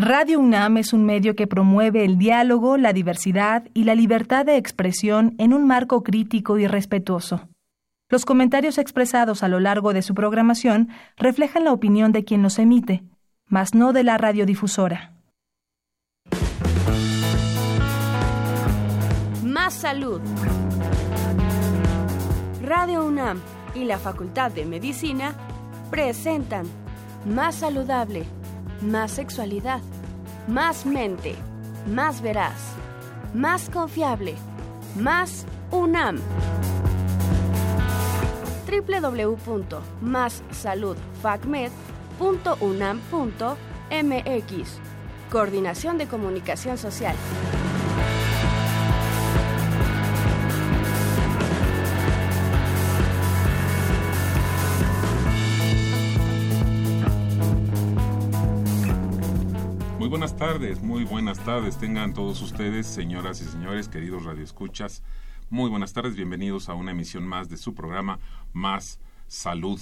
Radio UNAM es un medio que promueve el diálogo, la diversidad y la libertad de expresión en un marco crítico y respetuoso. Los comentarios expresados a lo largo de su programación reflejan la opinión de quien los emite, mas no de la radiodifusora. Más salud. Radio UNAM y la Facultad de Medicina presentan Más saludable, más sexualidad, más mente, más veraz, más confiable, más UNAM. www.massaludfacmed.unam.mx. Coordinación de Comunicación Social. Muy buenas tardes, tengan todos ustedes, señoras y señores, queridos radioescuchas. Muy buenas tardes, bienvenidos a una emisión más de su programa Más Salud.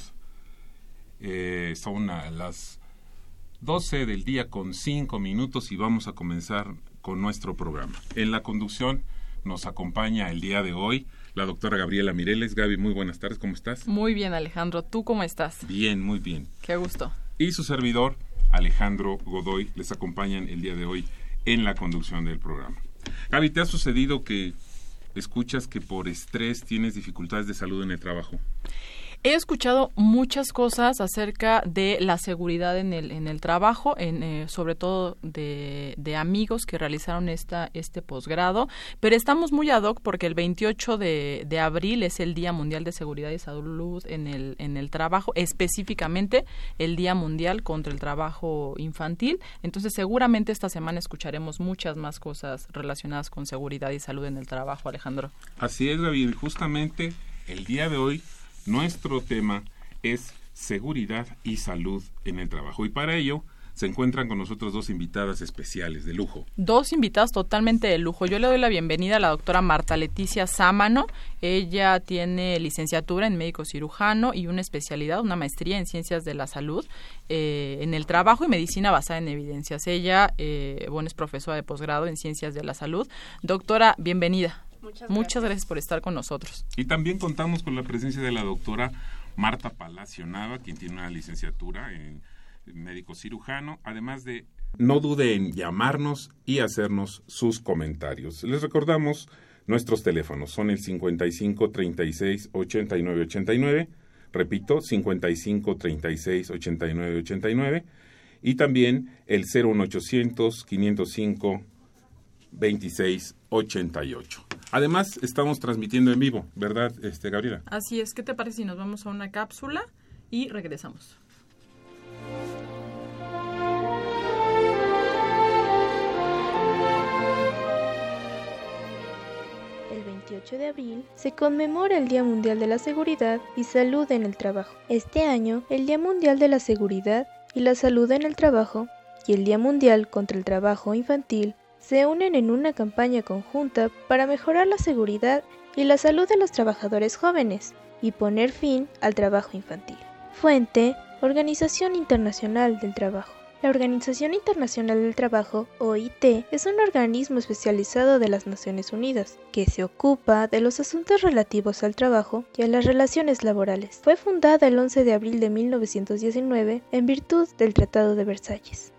Son las 12 del día con 5 minutos y vamos a comenzar con nuestro programa. En la conducción nos acompaña el día de hoy la doctora Gabriela Mireles. Gaby, muy buenas tardes, ¿cómo estás? Muy bien, Alejandro, ¿tú cómo estás? Bien, muy bien. Qué gusto. Y su servidor, Alejandro Godoy, les acompañan el día de hoy en la conducción del programa. Gaby, ¿te ha sucedido que escuchas que por estrés tienes dificultades de salud en el trabajo? He escuchado muchas cosas acerca de la seguridad en el trabajo, sobre todo de amigos que realizaron este posgrado, pero estamos muy ad hoc porque el 28 de abril es el Día Mundial de Seguridad y Salud en el trabajo, específicamente el Día Mundial contra el Trabajo Infantil. Entonces seguramente esta semana escucharemos muchas más cosas relacionadas con seguridad y salud en el trabajo, Alejandro. Así es, Gaby, justamente el día de hoy nuestro tema es seguridad y salud en el trabajo. Y para ello se encuentran con nosotros dos invitadas especiales de lujo. Dos invitadas totalmente de lujo. Yo le doy la bienvenida a la doctora Marta Leticia Sámano. Ella tiene licenciatura en médico cirujano y una especialidad, una maestría en ciencias de la salud en el trabajo y medicina basada en evidencias. Ella, es profesora de posgrado en ciencias de la salud. Doctora, bienvenida. Muchas gracias por estar con nosotros. Y también contamos con la presencia de la doctora Marta Palacio Nava, quien tiene una licenciatura en médico cirujano, además de... No dude en llamarnos y hacernos sus comentarios. Les recordamos nuestros teléfonos, son el 55 36 89 89, repito, 55 36 89 89, y también el 01800 505 26 88. Además, estamos transmitiendo en vivo, ¿verdad, Gabriela? Así es. ¿Qué te parece si nos vamos a una cápsula y regresamos? El 28 de abril se conmemora el Día Mundial de la Seguridad y Salud en el Trabajo. Este año, el Día Mundial de la Seguridad y la Salud en el Trabajo y el Día Mundial contra el Trabajo Infantil se unen en una campaña conjunta para mejorar la seguridad y la salud de los trabajadores jóvenes y poner fin al trabajo infantil. Fuente: Organización Internacional del Trabajo. La Organización Internacional del Trabajo, OIT, es un organismo especializado de las Naciones Unidas que se ocupa de los asuntos relativos al trabajo y a las relaciones laborales. Fue fundada el 11 de abril de 1919 en virtud del Tratado de Versalles.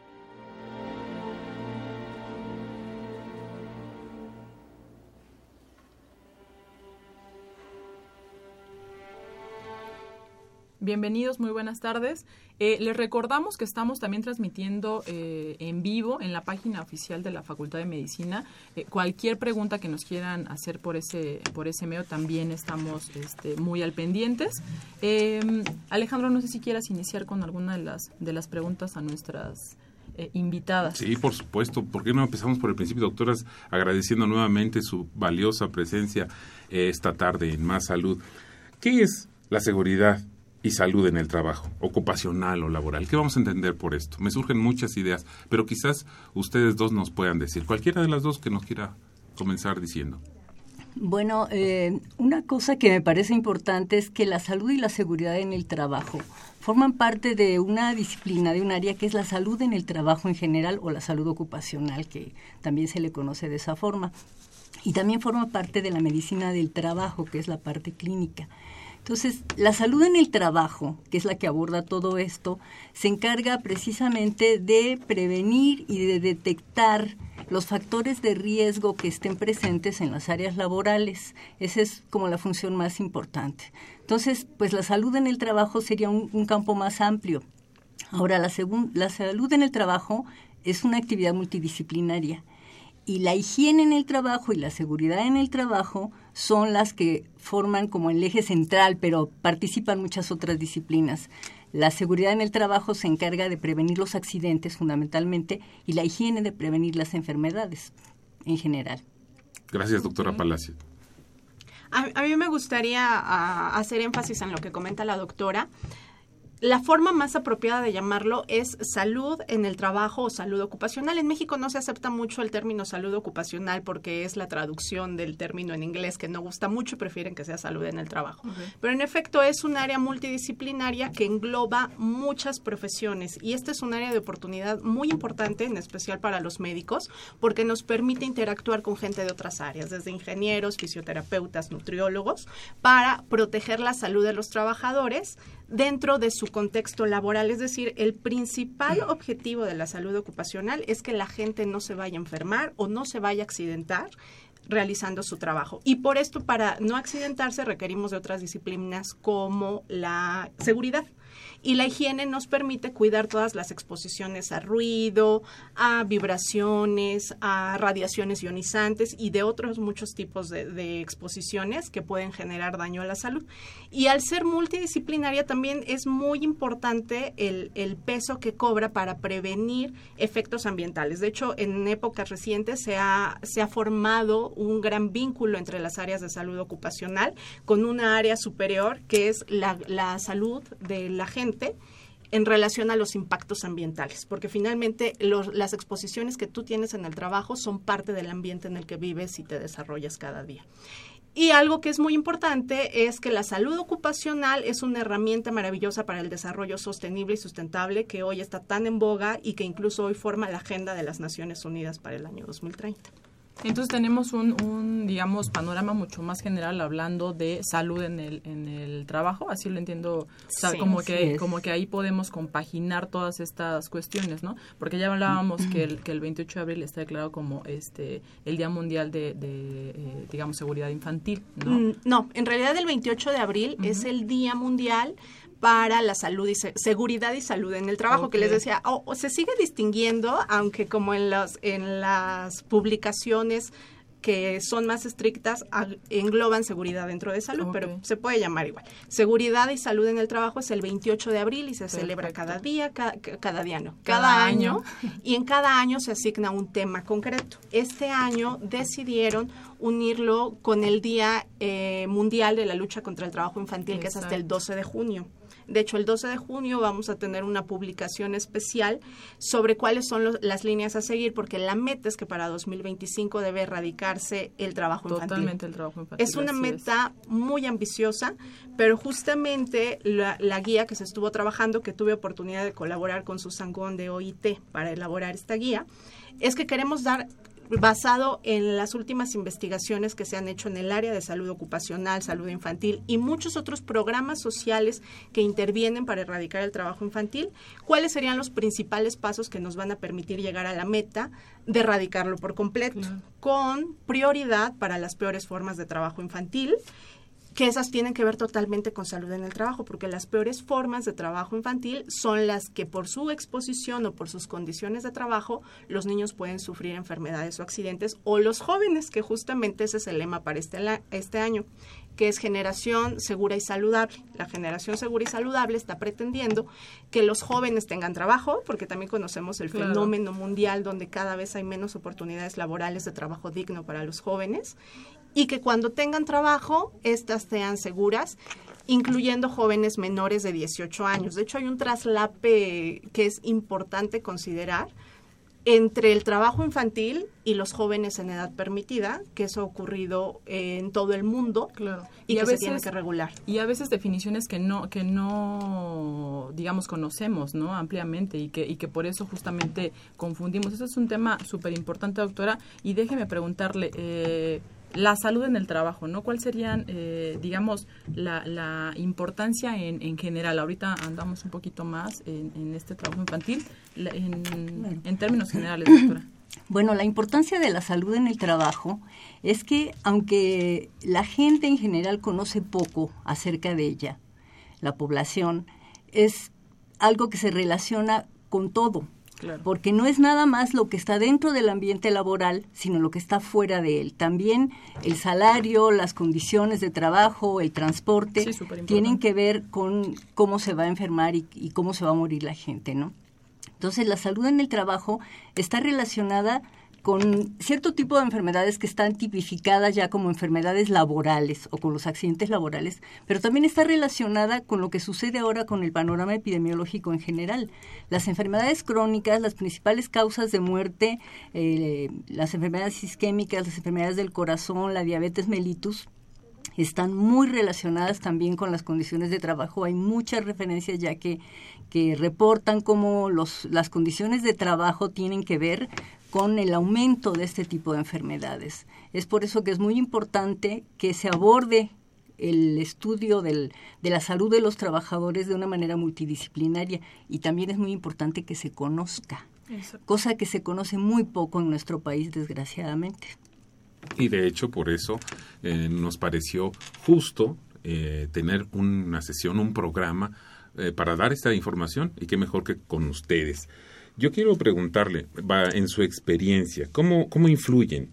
Bienvenidos, muy buenas tardes. Les recordamos que estamos también transmitiendo en vivo en la página oficial de la Facultad de Medicina. Cualquier pregunta que nos quieran hacer por ese medio también estamos muy al pendientes. Alejandro, no sé si quieras iniciar con alguna de las preguntas a nuestras invitadas. Sí, por supuesto. ¿Por qué no empezamos por el principio, doctoras, agradeciendo nuevamente su valiosa presencia esta tarde en Más Salud? ¿Qué es la seguridad y salud en el trabajo, ocupacional o laboral? ¿Qué vamos a entender por esto? Me surgen muchas ideas, pero quizás ustedes dos nos puedan decir, cualquiera de las dos que nos quiera comenzar diciendo. Bueno, una cosa que me parece importante es que la salud y la seguridad en el trabajo forman parte de una disciplina, de un área que es la salud en el trabajo en general o la salud ocupacional, que también se le conoce de esa forma. Y también forma parte de la medicina del trabajo, que es la parte clínica. Entonces, la salud en el trabajo, que es la que aborda todo esto, se encarga precisamente de prevenir y de detectar los factores de riesgo que estén presentes en las áreas laborales. Esa es como la función más importante. Entonces, pues la salud en el trabajo sería un campo más amplio. Ahora, la salud en el trabajo es una actividad multidisciplinaria. Y la higiene en el trabajo y la seguridad en el trabajo son las que forman como el eje central, pero participan muchas otras disciplinas. La seguridad en el trabajo se encarga de prevenir los accidentes fundamentalmente y la higiene de prevenir las enfermedades en general. Gracias, doctora Palacio. A mí me gustaría hacer énfasis en lo que comenta la doctora. La forma más apropiada de llamarlo es salud en el trabajo o salud ocupacional. En México no se acepta mucho el término salud ocupacional porque es la traducción del término en inglés que no gusta mucho y prefieren que sea salud en el trabajo. Okay. Pero en efecto es un área multidisciplinaria que engloba muchas profesiones y este es un área de oportunidad muy importante, en especial para los médicos, porque nos permite interactuar con gente de otras áreas, desde ingenieros, fisioterapeutas, nutriólogos, para proteger la salud de los trabajadores dentro de su contexto laboral. Es decir, el principal objetivo de la salud ocupacional es que la gente no se vaya a enfermar o no se vaya a accidentar realizando su trabajo. Y por esto, para no accidentarse, requerimos de otras disciplinas como la seguridad. Y la higiene nos permite cuidar todas las exposiciones a ruido, a vibraciones, a radiaciones ionizantes y de otros muchos tipos de exposiciones que pueden generar daño a la salud. Y al ser multidisciplinaria también es muy importante el peso que cobra para prevenir efectos ambientales. De hecho, en épocas recientes se ha formado un gran vínculo entre las áreas de salud ocupacional con una área superior que es la salud de la gente en relación a los impactos ambientales, porque finalmente las exposiciones que tú tienes en el trabajo son parte del ambiente en el que vives y te desarrollas cada día. Y algo que es muy importante es que la salud ocupacional es una herramienta maravillosa para el desarrollo sostenible y sustentable que hoy está tan en boga y que incluso hoy forma la agenda de las Naciones Unidas para el año 2030. Entonces tenemos un digamos, panorama mucho más general hablando de salud en el trabajo, así lo entiendo, o sea, sí, como que ahí podemos compaginar todas estas cuestiones, ¿no? Porque ya hablábamos que el 28 de abril está declarado como el Día Mundial de digamos, seguridad infantil, ¿no? No, en realidad el 28 de abril es el Día Mundial para la salud y seguridad y salud en el trabajo, okay, que les decía, se sigue distinguiendo, aunque como en las publicaciones que son más estrictas engloban seguridad dentro de salud, okay, pero se puede llamar igual. Seguridad y salud en el trabajo es el 28 de abril y se celebra cada año, y en cada año se asigna un tema concreto. Este año decidieron unirlo con el Día Mundial de la Lucha contra el Trabajo Infantil, exacto, que es hasta el 12 de junio. De hecho, el 12 de junio vamos a tener una publicación especial sobre cuáles son las líneas a seguir, porque la meta es que para 2025 debe erradicarse el trabajo infantil. Totalmente el trabajo infantil. Es una meta muy ambiciosa, pero justamente la guía que se estuvo trabajando, que tuve oportunidad de colaborar con Susan Gon de OIT para elaborar esta guía, es que queremos dar, basado en las últimas investigaciones que se han hecho en el área de salud ocupacional, salud infantil y muchos otros programas sociales que intervienen para erradicar el trabajo infantil, ¿cuáles serían los principales pasos que nos van a permitir llegar a la meta de erradicarlo por completo? Con prioridad para las peores formas de trabajo infantil, que esas tienen que ver totalmente con salud en el trabajo, porque las peores formas de trabajo infantil son las que por su exposición o por sus condiciones de trabajo los niños pueden sufrir enfermedades o accidentes, o los jóvenes, que justamente ese es el lema para este año, que es generación segura y saludable. La generación segura y saludable está pretendiendo que los jóvenes tengan trabajo, porque también conocemos el fenómeno mundial donde cada vez hay menos oportunidades laborales de trabajo digno para los jóvenes, y que cuando tengan trabajo, estas sean seguras, incluyendo jóvenes menores de 18 años. De hecho, hay un traslape que es importante considerar. entre el trabajo infantil y los jóvenes en edad permitida, que eso ha ocurrido en todo el mundo, claro, y que se tiene que regular. Y a veces definiciones que no digamos, conocemos, ¿no?, ampliamente, y que por eso justamente confundimos. Eso es un tema súper importante, doctora, y déjeme preguntarle, la salud en el trabajo, ¿no? ¿Cuál serían, digamos, la importancia en general? Ahorita andamos un poquito más en este trabajo infantil, en términos generales, doctora. Bueno, la importancia de la salud en el trabajo es que, aunque la gente en general conoce poco acerca de ella, la población, es algo que se relaciona con todo. Claro. Porque no es nada más lo que está dentro del ambiente laboral, sino lo que está fuera de él. También el salario, las condiciones de trabajo, el transporte, tienen que ver con cómo se va a enfermar y cómo se va a morir la gente, ¿no? Entonces, la salud en el trabajo está relacionada con cierto tipo de enfermedades que están tipificadas ya como enfermedades laborales o con los accidentes laborales, pero también está relacionada con lo que sucede ahora con el panorama epidemiológico en general. Las enfermedades crónicas, las principales causas de muerte, las enfermedades isquémicas, las enfermedades del corazón, la diabetes mellitus, están muy relacionadas también con las condiciones de trabajo. Hay muchas referencias ya que reportan cómo las condiciones de trabajo tienen que ver con el aumento de este tipo de enfermedades. Es por eso que es muy importante que se aborde el estudio de la salud de los trabajadores de una manera multidisciplinaria, y también es muy importante que se conozca, cosa que se conoce muy poco en nuestro país, desgraciadamente. Y de hecho, por eso nos pareció justo tener una sesión, un programa para dar esta información, y qué mejor que con ustedes. Yo quiero preguntarle, en su experiencia, ¿cómo influyen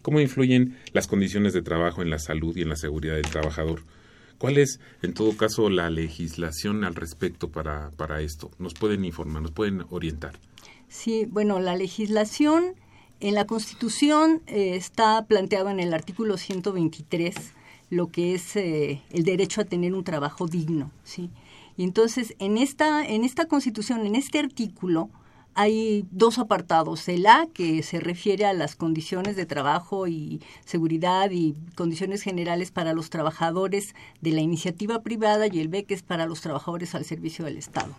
las condiciones de trabajo en la salud y en la seguridad del trabajador? ¿Cuál es, en todo caso, la legislación al respecto para esto? ¿Nos pueden informar, nos pueden orientar? Sí, bueno, la legislación en la Constitución está planteado en el artículo 123 lo que es el derecho a tener un trabajo digno, ¿sí? Y entonces, en esta Constitución, en este artículo, hay dos apartados. El A, que se refiere a las condiciones de trabajo y seguridad y condiciones generales para los trabajadores de la iniciativa privada, y el B, que es para los trabajadores al servicio del Estado.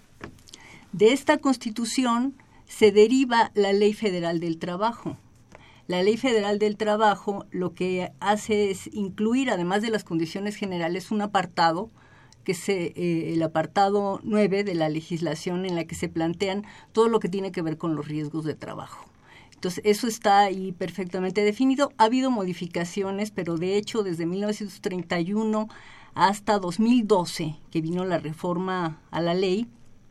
De esta Constitución se deriva la Ley Federal del Trabajo. La Ley Federal del Trabajo lo que hace es incluir, además de las condiciones generales, un apartado, que es el apartado 9 de la legislación, en la que se plantean todo lo que tiene que ver con los riesgos de trabajo. Entonces, eso está ahí perfectamente definido. Ha habido modificaciones, pero de hecho, desde 1931 hasta 2012, que vino la reforma a la ley,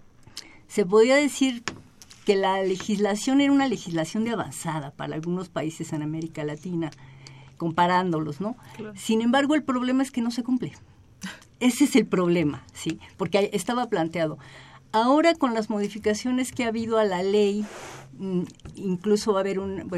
se podía decir que la legislación era una legislación de avanzada para algunos países en América Latina, comparándolos, ¿no? Claro. Sin embargo, el problema es que no se cumple. Ese es el problema, ¿sí? Porque estaba planteado. Ahora, con las modificaciones que ha habido a la ley, incluso va a haber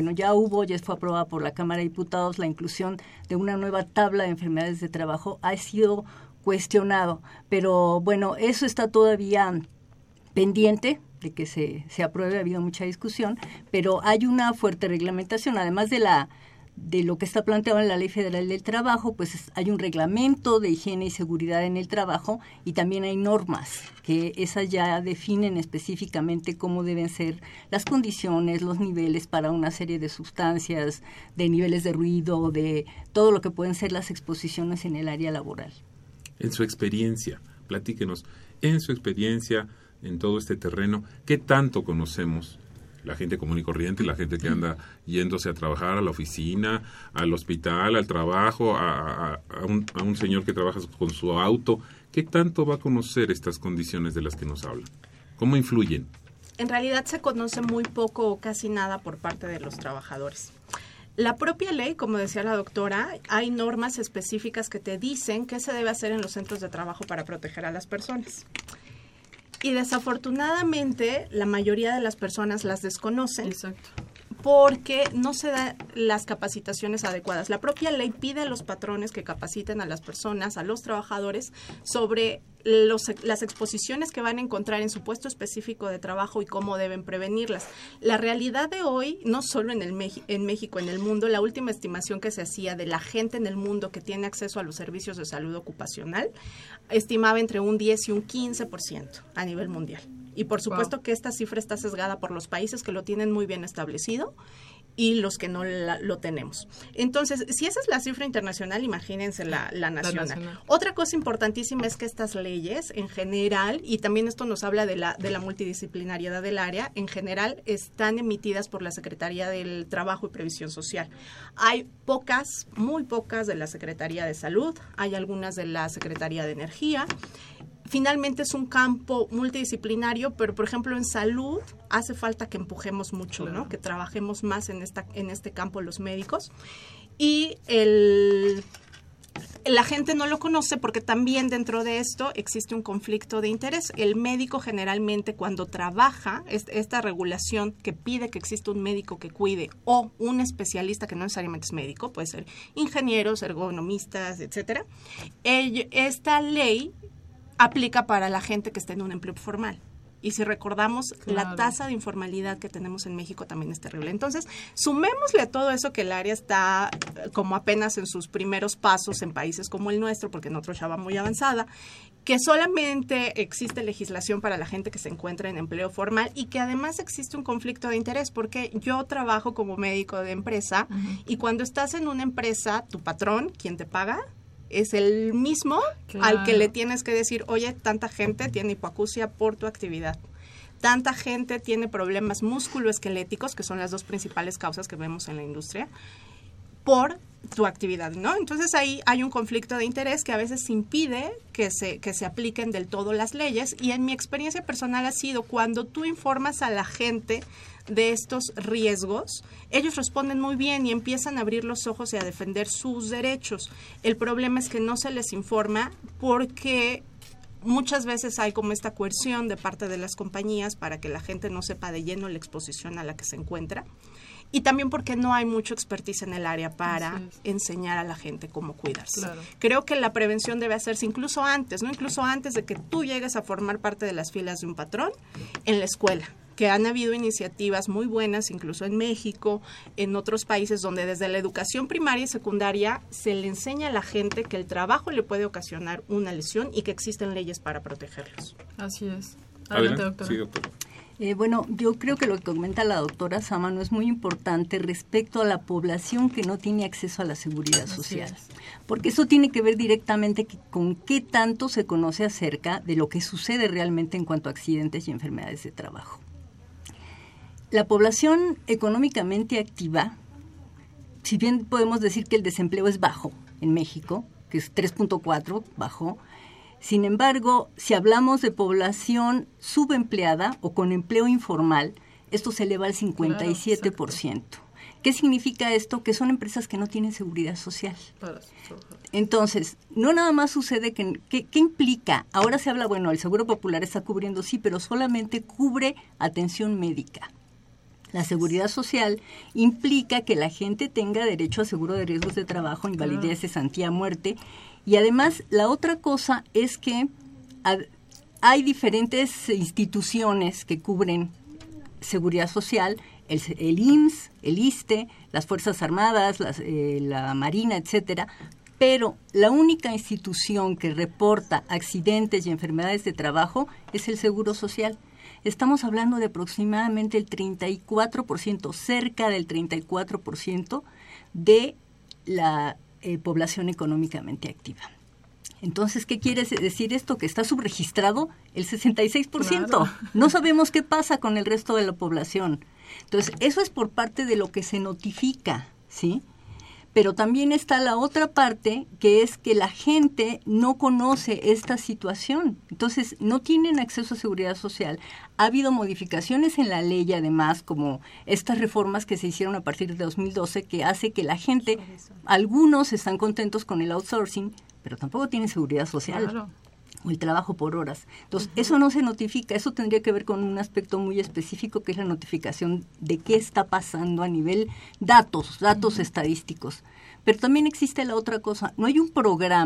ya fue aprobada por la Cámara de Diputados la inclusión de una nueva tabla de enfermedades de trabajo. Ha sido cuestionado, pero bueno, eso está todavía pendiente de que se apruebe. Ha habido mucha discusión, pero hay una fuerte reglamentación, además de lo que está planteado en la Ley Federal del Trabajo. Pues hay un reglamento de higiene y seguridad en el trabajo, y también hay normas que esas ya definen específicamente cómo deben ser las condiciones, los niveles para una serie de sustancias, de niveles de ruido, de todo lo que pueden ser las exposiciones en el área laboral. En su experiencia, platíquenos, en su experiencia en todo este terreno, ¿qué tanto conocemos la gente común y corriente, la gente que anda yéndose a trabajar a la oficina, al hospital, al trabajo, a un señor que trabaja con su auto? ¿Qué tanto va a conocer estas condiciones de las que nos hablan? ¿Cómo influyen? En realidad se conoce muy poco o casi nada por parte de los trabajadores. La propia ley, como decía la doctora, hay normas específicas que te dicen qué se debe hacer en los centros de trabajo para proteger a las personas. Y desafortunadamente la mayoría de las personas las desconocen. Exacto. Porque no se dan las capacitaciones adecuadas. La propia ley pide a los patrones que capaciten a las personas, a los trabajadores, sobre las exposiciones que van a encontrar en su puesto específico de trabajo y cómo deben prevenirlas. La realidad de hoy, no solo en México, en el mundo, la última estimación que se hacía de la gente en el mundo que tiene acceso a los servicios de salud ocupacional, estimaba entre un 10 y un 15% a nivel mundial. Y por supuesto que esta cifra está sesgada por los países que lo tienen muy bien establecido y los que no lo tenemos. Entonces, si esa es la cifra internacional, imagínense la nacional. Otra cosa importantísima es que estas leyes, en general, y también esto nos habla de la multidisciplinariedad del área, en general están emitidas por la Secretaría del Trabajo y Previsión Social. Hay pocas, muy pocas de la Secretaría de Salud, hay algunas de la Secretaría de Energía. Finalmente es un campo multidisciplinario, pero por ejemplo en salud hace falta que empujemos mucho, ¿no? Que trabajemos más en este campo los médicos. Y la gente no lo conoce porque también dentro de esto existe un conflicto de interés. El médico generalmente cuando trabaja, esta regulación que pide que exista un médico que cuide o un especialista que no necesariamente es médico, puede ser ingenieros, ergonomistas, etcétera. Esta ley aplica para la gente que está en un empleo formal. Y si recordamos, la tasa de informalidad que tenemos en México también es terrible. Entonces, sumémosle a todo eso que el área está como apenas en sus primeros pasos en países como el nuestro, porque en otros ya va muy avanzada, que solamente existe legislación para la gente que se encuentra en empleo formal y que además existe un conflicto de interés, porque yo trabajo como médico de empresa y cuando estás en una empresa, tu patrón, quien te paga, es el mismo al que le tienes que decir, oye, tanta gente tiene hipoacusia por tu actividad. Tanta gente tiene problemas musculoesqueléticos, que son las dos principales causas que vemos en la industria, por tu actividad, ¿no? Entonces ahí hay un conflicto de interés que a veces impide que se apliquen del todo las leyes, y en mi experiencia personal ha sido cuando tú informas a la gente de estos riesgos, ellos responden muy bien y empiezan a abrir los ojos y a defender sus derechos. El problema es que no se les informa porque muchas veces hay como esta coerción de parte de las compañías para que la gente no sepa de lleno la exposición a la que se encuentra. Y también porque no hay mucho expertise en el área para enseñar a la gente cómo cuidarse. Claro. Creo que la prevención debe hacerse incluso antes, ¿no? Incluso antes de que tú llegues a formar parte de las filas de un patrón en la escuela, que han habido iniciativas muy buenas, incluso en México, en otros países, donde desde la educación primaria y secundaria se le enseña a la gente que el trabajo le puede ocasionar una lesión y que existen leyes para protegerlos. Así es. Adelante, doctora. Sí, doctora. Bueno, yo creo que lo que comenta la doctora Sámano es muy importante respecto a la población que no tiene acceso a la seguridad social, porque eso tiene que ver directamente con qué tanto se conoce acerca de lo que sucede realmente en cuanto a accidentes y enfermedades de trabajo. La población económicamente activa, si bien podemos decir que el desempleo es bajo en México, que es 3.4 bajo, sin embargo, si hablamos de población subempleada o con empleo informal, esto se eleva al 57%. ¿Qué significa esto? Que son empresas que no tienen seguridad social. Entonces, no nada más sucede que ¿qué implica? Ahora se habla, bueno, el Seguro Popular está cubriendo, sí, pero solamente cubre atención médica. La seguridad social implica que la gente tenga derecho a seguro de riesgos de trabajo, invalidez, cesantía, muerte. Y además, la otra cosa es que hay diferentes instituciones que cubren seguridad social, el IMSS, el ISSSTE, las Fuerzas Armadas, la Marina, etcétera, pero la única institución que reporta accidentes y enfermedades de trabajo es el Seguro Social. Estamos hablando de aproximadamente el 34%, cerca del 34% de la población económicamente activa. Entonces, ¿qué quiere decir esto? Que está subregistrado el 66%. Claro. No sabemos qué pasa con el resto de la población. Entonces, eso es por parte de lo que se notifica, ¿sí? Pero también está la otra parte, que es que la gente no conoce esta situación. Entonces, no tienen acceso a seguridad social. Ha habido modificaciones en la ley, además, como estas reformas que se hicieron a partir de 2012, que hace que la gente, algunos están contentos con el outsourcing, pero tampoco tienen seguridad social. Claro. O el trabajo por horas. Entonces, eso no se notifica. Eso tendría que ver con un aspecto muy específico, que es la notificación de qué está pasando a nivel datos estadísticos. Pero también existe la otra cosa. No hay un programa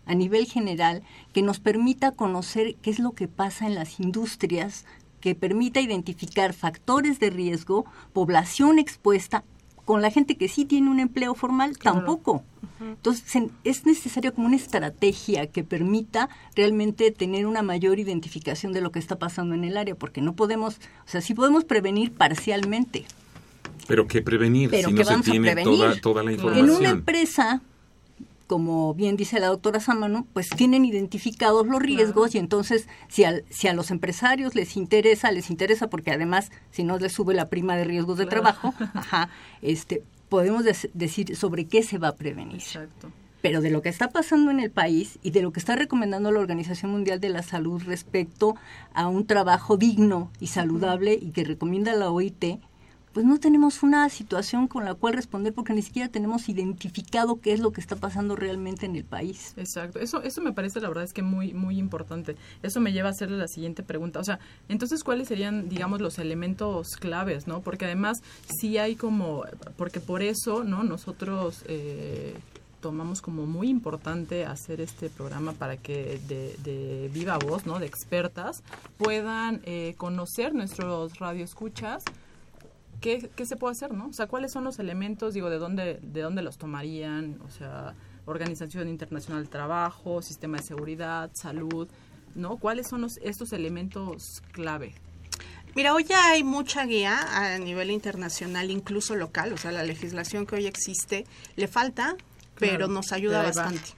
a nivel general que nos permita conocer qué es lo que pasa en las industrias, que permita identificar factores de riesgo, población expuesta, con la gente que sí tiene un empleo formal, claro. Tampoco. Entonces, es necesaria como una estrategia que permita realmente tener una mayor identificación de lo que está pasando en el área, porque no podemos, o sea, sí podemos prevenir parcialmente. Pero ¿qué prevenir si no se tiene toda la información? En una empresa, como bien dice la doctora Sámano, pues tienen identificados los riesgos, claro. Y entonces si a los empresarios les interesa porque además si no les sube la prima de riesgos de trabajo, podemos decir sobre qué se va a prevenir. Exacto. Pero de lo que está pasando en el país y de lo que está recomendando la Organización Mundial de la Salud respecto a un trabajo digno y saludable y que recomienda la OIT, pues no tenemos una situación con la cual responder porque ni siquiera tenemos identificado qué es lo que está pasando realmente en el país. Exacto. Eso me parece, la verdad es que muy, muy importante. Eso me lleva a hacerle la siguiente pregunta. O sea, entonces, ¿cuáles serían, digamos, los elementos claves, no? Porque además sí hay porque por eso, ¿no? Nosotros tomamos como muy importante hacer este programa para que de viva voz, ¿no? De expertas puedan conocer nuestros radioescuchas. ¿Qué se puede hacer, no? O sea, ¿cuáles son los elementos, de dónde los tomarían? O sea, Organización Internacional del Trabajo, Sistema de Seguridad, Salud, ¿no? ¿Cuáles son estos elementos clave? Mira, hoy ya hay mucha guía a nivel internacional, incluso local, o sea, la legislación que hoy existe le falta, pero nos ayuda bastante.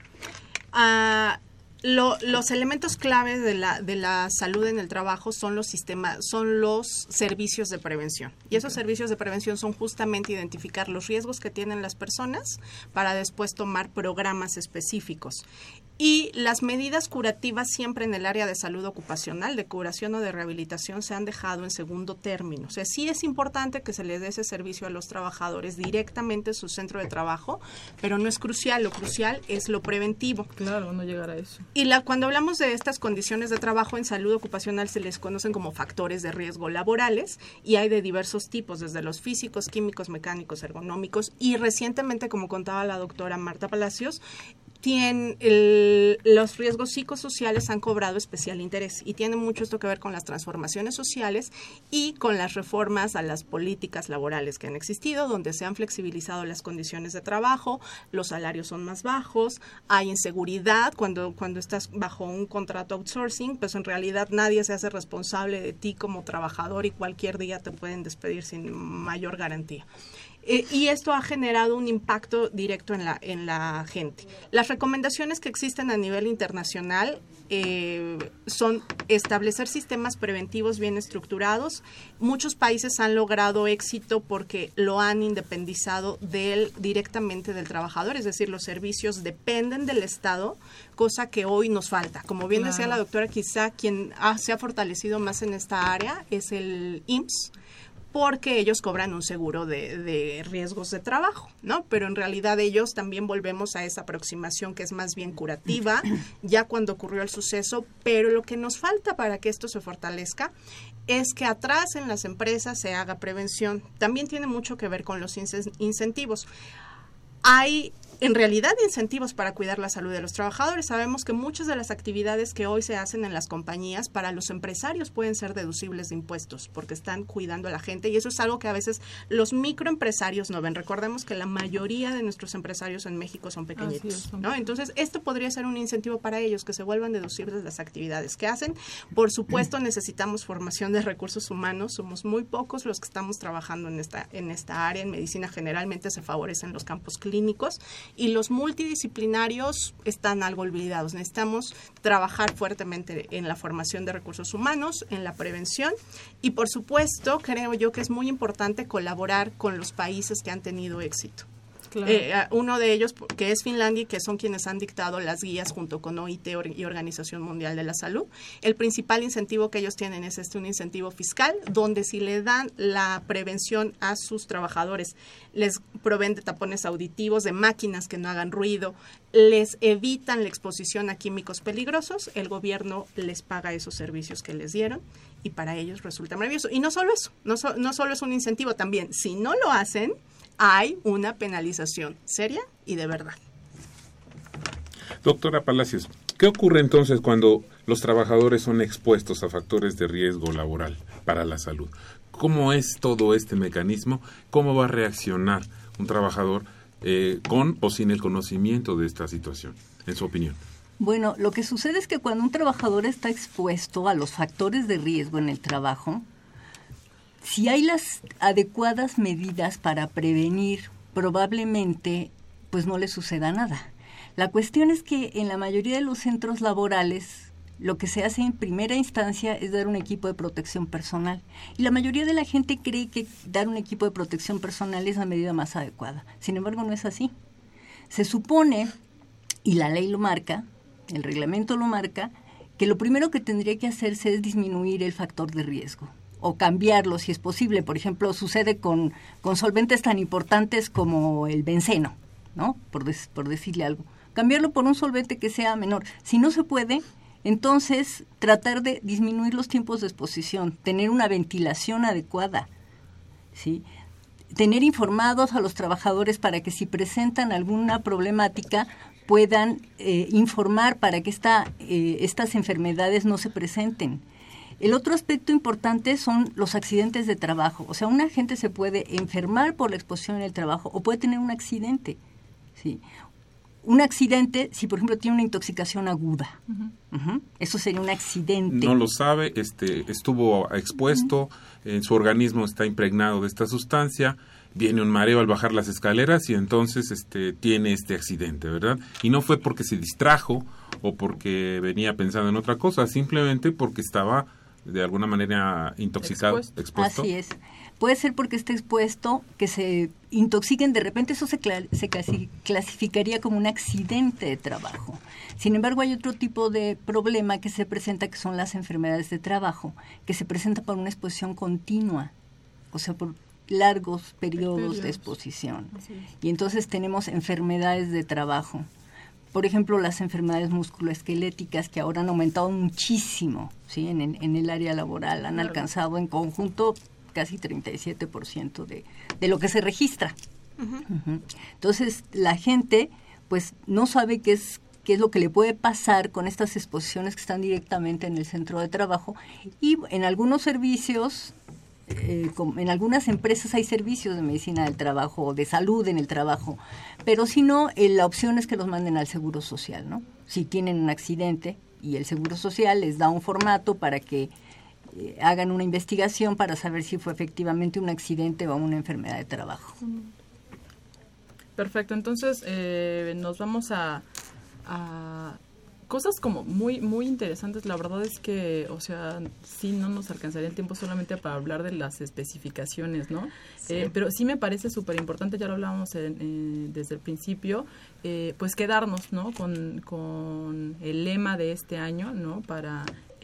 Los elementos clave de la salud en el trabajo son los servicios de prevención. Y esos servicios de prevención son justamente identificar los riesgos que tienen las personas para después tomar programas específicos. Y las medidas curativas siempre en el área de salud ocupacional, de curación o de rehabilitación, se han dejado en segundo término. O sea, sí es importante que se les dé ese servicio a los trabajadores directamente en su centro de trabajo, pero no es crucial. Lo crucial es lo preventivo. Claro, no llegar a eso. Y cuando hablamos de estas condiciones de trabajo en salud ocupacional se les conocen como factores de riesgo laborales y hay de diversos tipos, desde los físicos, químicos, mecánicos, ergonómicos y recientemente, como contaba la doctora Marta Palacios, los riesgos psicosociales han cobrado especial interés y tiene mucho esto que ver con las transformaciones sociales y con las reformas a las políticas laborales que han existido, donde se han flexibilizado las condiciones de trabajo, los salarios son más bajos, hay inseguridad cuando estás bajo un contrato outsourcing, pues en realidad nadie se hace responsable de ti como trabajador y cualquier día te pueden despedir sin mayor garantía. Y esto ha generado un impacto directo en la gente. Las recomendaciones que existen a nivel internacional son establecer sistemas preventivos bien estructurados. Muchos países han logrado éxito porque lo han independizado directamente del trabajador, es decir, los servicios dependen del Estado, cosa que hoy nos falta. Como bien decía la doctora, quizá quien se ha fortalecido más en esta área es el IMSS, porque ellos cobran un seguro de riesgos de trabajo, ¿no? Pero en realidad ellos también volvemos a esa aproximación que es más bien curativa, ya cuando ocurrió el suceso, pero lo que nos falta para que esto se fortalezca es que atrás en las empresas se haga prevención. También tiene mucho que ver con los incentivos. Hay en realidad incentivos para cuidar la salud de los trabajadores. Sabemos que muchas de las actividades que hoy se hacen en las compañías para los empresarios pueden ser deducibles de impuestos porque están cuidando a la gente y eso es algo que a veces los microempresarios no ven. Recordemos que la mayoría de nuestros empresarios en México son pequeñitos, ¿no? Entonces, esto podría ser un incentivo para ellos que se vuelvan deducibles las actividades que hacen. Por supuesto, necesitamos formación de recursos humanos. Somos muy pocos los que estamos trabajando en esta área. En medicina generalmente se favorecen los campos clínicos y los multidisciplinarios están algo olvidados. Necesitamos trabajar fuertemente en la formación de recursos humanos, en la prevención y, por supuesto, creo yo que es muy importante colaborar con los países que han tenido éxito. Claro. Uno de ellos, que es Finlandia, que son quienes han dictado las guías junto con OIT y Organización Mundial de la Salud. El principal incentivo que ellos tienen es un incentivo fiscal, donde si le dan la prevención a sus trabajadores, les proveen de tapones auditivos, de máquinas que no hagan ruido, les evitan la exposición a químicos peligrosos, el gobierno les paga esos servicios que les dieron y para ellos resulta maravilloso. Y no solo eso, no solo es un incentivo, también si no lo hacen, hay una penalización seria y de verdad. Doctora Palacios, ¿qué ocurre entonces cuando los trabajadores son expuestos a factores de riesgo laboral para la salud? ¿Cómo es todo este mecanismo? ¿Cómo va a reaccionar un trabajador con o sin el conocimiento de esta situación, en su opinión? Bueno, lo que sucede es que cuando un trabajador está expuesto a los factores de riesgo en el trabajo, si hay las adecuadas medidas para prevenir, probablemente pues no le suceda nada. La cuestión es que en la mayoría de los centros laborales lo que se hace en primera instancia es dar un equipo de protección personal. Y la mayoría de la gente cree que dar un equipo de protección personal es la medida más adecuada. Sin embargo, no es así. Se supone, y la ley lo marca, el reglamento lo marca, que lo primero que tendría que hacerse es disminuir el factor de riesgo o cambiarlo si es posible. Por ejemplo, sucede con solventes tan importantes como el benceno, ¿no? Por decirle algo. Cambiarlo por un solvente que sea menor. Si no se puede, entonces tratar de disminuir los tiempos de exposición, tener una ventilación adecuada, ¿sí? Tener informados a los trabajadores para que si presentan alguna problemática puedan informar para que estas enfermedades no se presenten. El otro aspecto importante son los accidentes de trabajo. O sea, una gente se puede enfermar por la exposición en el trabajo o puede tener un accidente, ¿sí? Un accidente, si por ejemplo tiene una intoxicación aguda, eso sería un accidente. No lo sabe, estuvo expuesto, en su organismo está impregnado de esta sustancia, viene un mareo al bajar las escaleras y entonces tiene este accidente, ¿verdad? Y no fue porque se distrajo o porque venía pensando en otra cosa, simplemente porque estaba de alguna manera intoxicado, expuesto. Así es. Puede ser porque esté expuesto, que se intoxiquen de repente, eso se clasificaría como un accidente de trabajo. Sin embargo, hay otro tipo de problema que se presenta, que son las enfermedades de trabajo, que se presenta por una exposición continua, o sea, por largos periodos de exposición. Y entonces tenemos enfermedades de trabajo. Por ejemplo, las enfermedades musculoesqueléticas, que ahora han aumentado muchísimo, ¿sí? En el área laboral, han alcanzado en conjunto casi 37% de lo que se registra. Entonces, la gente pues no sabe qué es lo que le puede pasar con estas exposiciones que están directamente en el centro de trabajo, y en algunos servicios, en algunas empresas hay servicios de medicina del trabajo o de salud en el trabajo, pero si no, la opción es que los manden al Seguro Social, ¿no? Si tienen un accidente, y el Seguro Social les da un formato para que hagan una investigación para saber si fue efectivamente un accidente o una enfermedad de trabajo. Perfecto, entonces nos vamos a cosas como muy muy interesantes. La verdad es que, o sea, sí no nos alcanzaría el tiempo solamente para hablar de las especificaciones, ¿no? Sí. Pero sí me parece súper importante, ya lo hablábamos desde el principio, pues quedarnos, ¿no? Con el lema de este año, ¿no? Para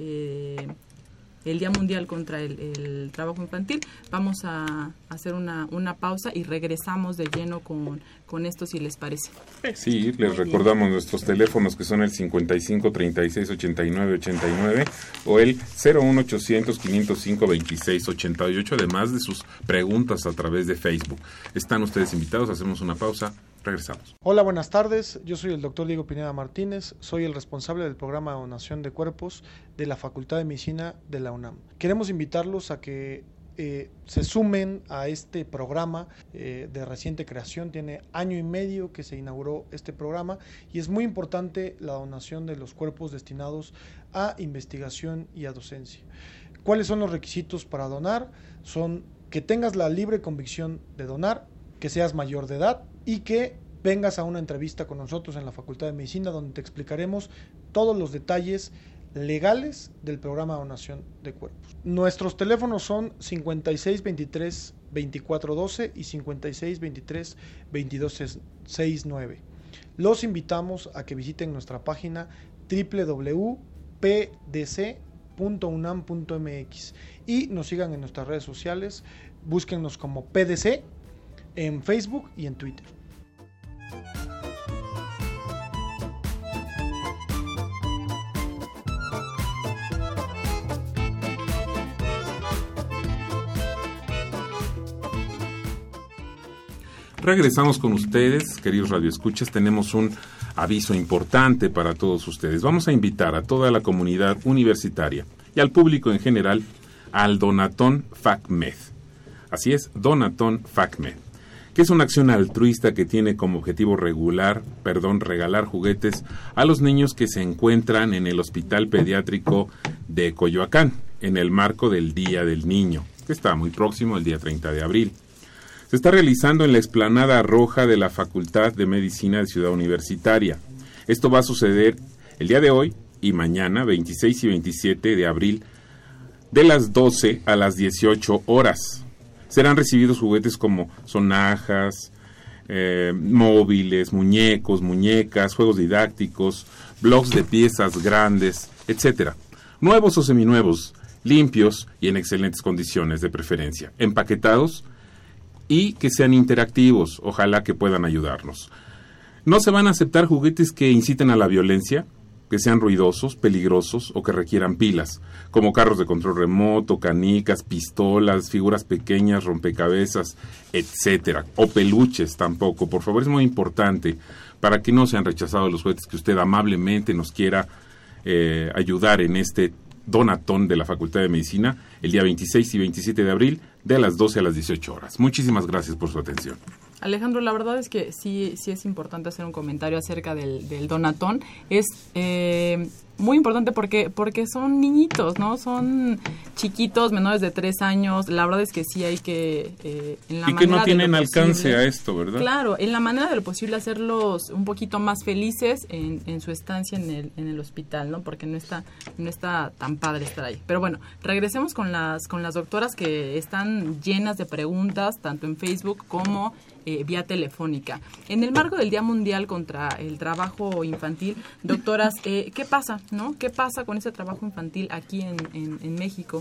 el Día Mundial contra el Trabajo Infantil. Vamos a hacer una pausa y regresamos de lleno con esto, si les parece. Sí, les recordamos nuestros teléfonos, que son el 55 36 89 89 o el 01800 505 26 88, además de sus preguntas a través de Facebook. Están ustedes invitados, hacemos una pausa. Regresamos. Hola, buenas tardes. Yo soy el doctor Diego Pineda Martínez. Soy el responsable del programa de donación de cuerpos de la Facultad de Medicina de la UNAM. Queremos invitarlos a que se sumen a este programa de reciente creación. Tiene 1 año y medio que se inauguró este programa y es muy importante la donación de los cuerpos destinados a investigación y a docencia. ¿Cuáles son los requisitos para donar? Son que tengas la libre convicción de donar, que seas mayor de edad y que vengas a una entrevista con nosotros en la Facultad de Medicina, donde te explicaremos todos los detalles legales del programa de donación de cuerpos. Nuestros teléfonos son 5623-2412 y 5623-2269. Los invitamos a que visiten nuestra página www.pdc.unam.mx y nos sigan en nuestras redes sociales. Búsquennos como PDC en Facebook y en Twitter. Regresamos con ustedes, queridos radioescuchas. Tenemos un aviso importante para todos ustedes. Vamos a invitar a toda la comunidad universitaria y al público en general al Donatón FACMed. Así es, Donatón FACMed, que es una acción altruista que tiene como objetivo regalar juguetes a los niños que se encuentran en el Hospital Pediátrico de Coyoacán, en el marco del Día del Niño, que está muy próximo, el día 30 de abril. Se está realizando en la explanada roja de la Facultad de Medicina de Ciudad Universitaria. Esto va a suceder el día de hoy y mañana, 26 y 27 de abril, de las 12 a las 18 horas. Serán recibidos juguetes como sonajas, móviles, muñecos, muñecas, juegos didácticos, blocs de piezas grandes, etcétera. Nuevos o seminuevos, limpios y en excelentes condiciones de preferencia, empaquetados y que sean interactivos, ojalá que puedan ayudarnos. No se van a aceptar juguetes que inciten a la violencia, que sean ruidosos, peligrosos o que requieran pilas, como carros de control remoto, canicas, pistolas, figuras pequeñas, rompecabezas, etcétera, o peluches tampoco. Por favor, es muy importante para que no sean rechazados los juguetes que usted amablemente nos quiera ayudar en este Donatón de la Facultad de Medicina el día 26 y 27 de abril de las 12 a las 18 horas. Muchísimas gracias por su atención. Alejandro, la verdad es que sí es importante hacer un comentario acerca del Donatón. Es muy importante porque son niñitos, ¿no? Son chiquitos, menores de 3 años. La verdad es que sí hay que... y que no tienen alcance a esto, ¿verdad? Claro, en la manera de lo posible hacerlos un poquito más felices en su estancia en el hospital, ¿no? Porque no está tan padre estar ahí. Pero bueno, regresemos con las doctoras que están llenas de preguntas, tanto en Facebook como vía telefónica. En el marco del Día Mundial contra el Trabajo Infantil, doctoras, ¿qué pasa, no? ¿Qué pasa con ese trabajo infantil aquí en México?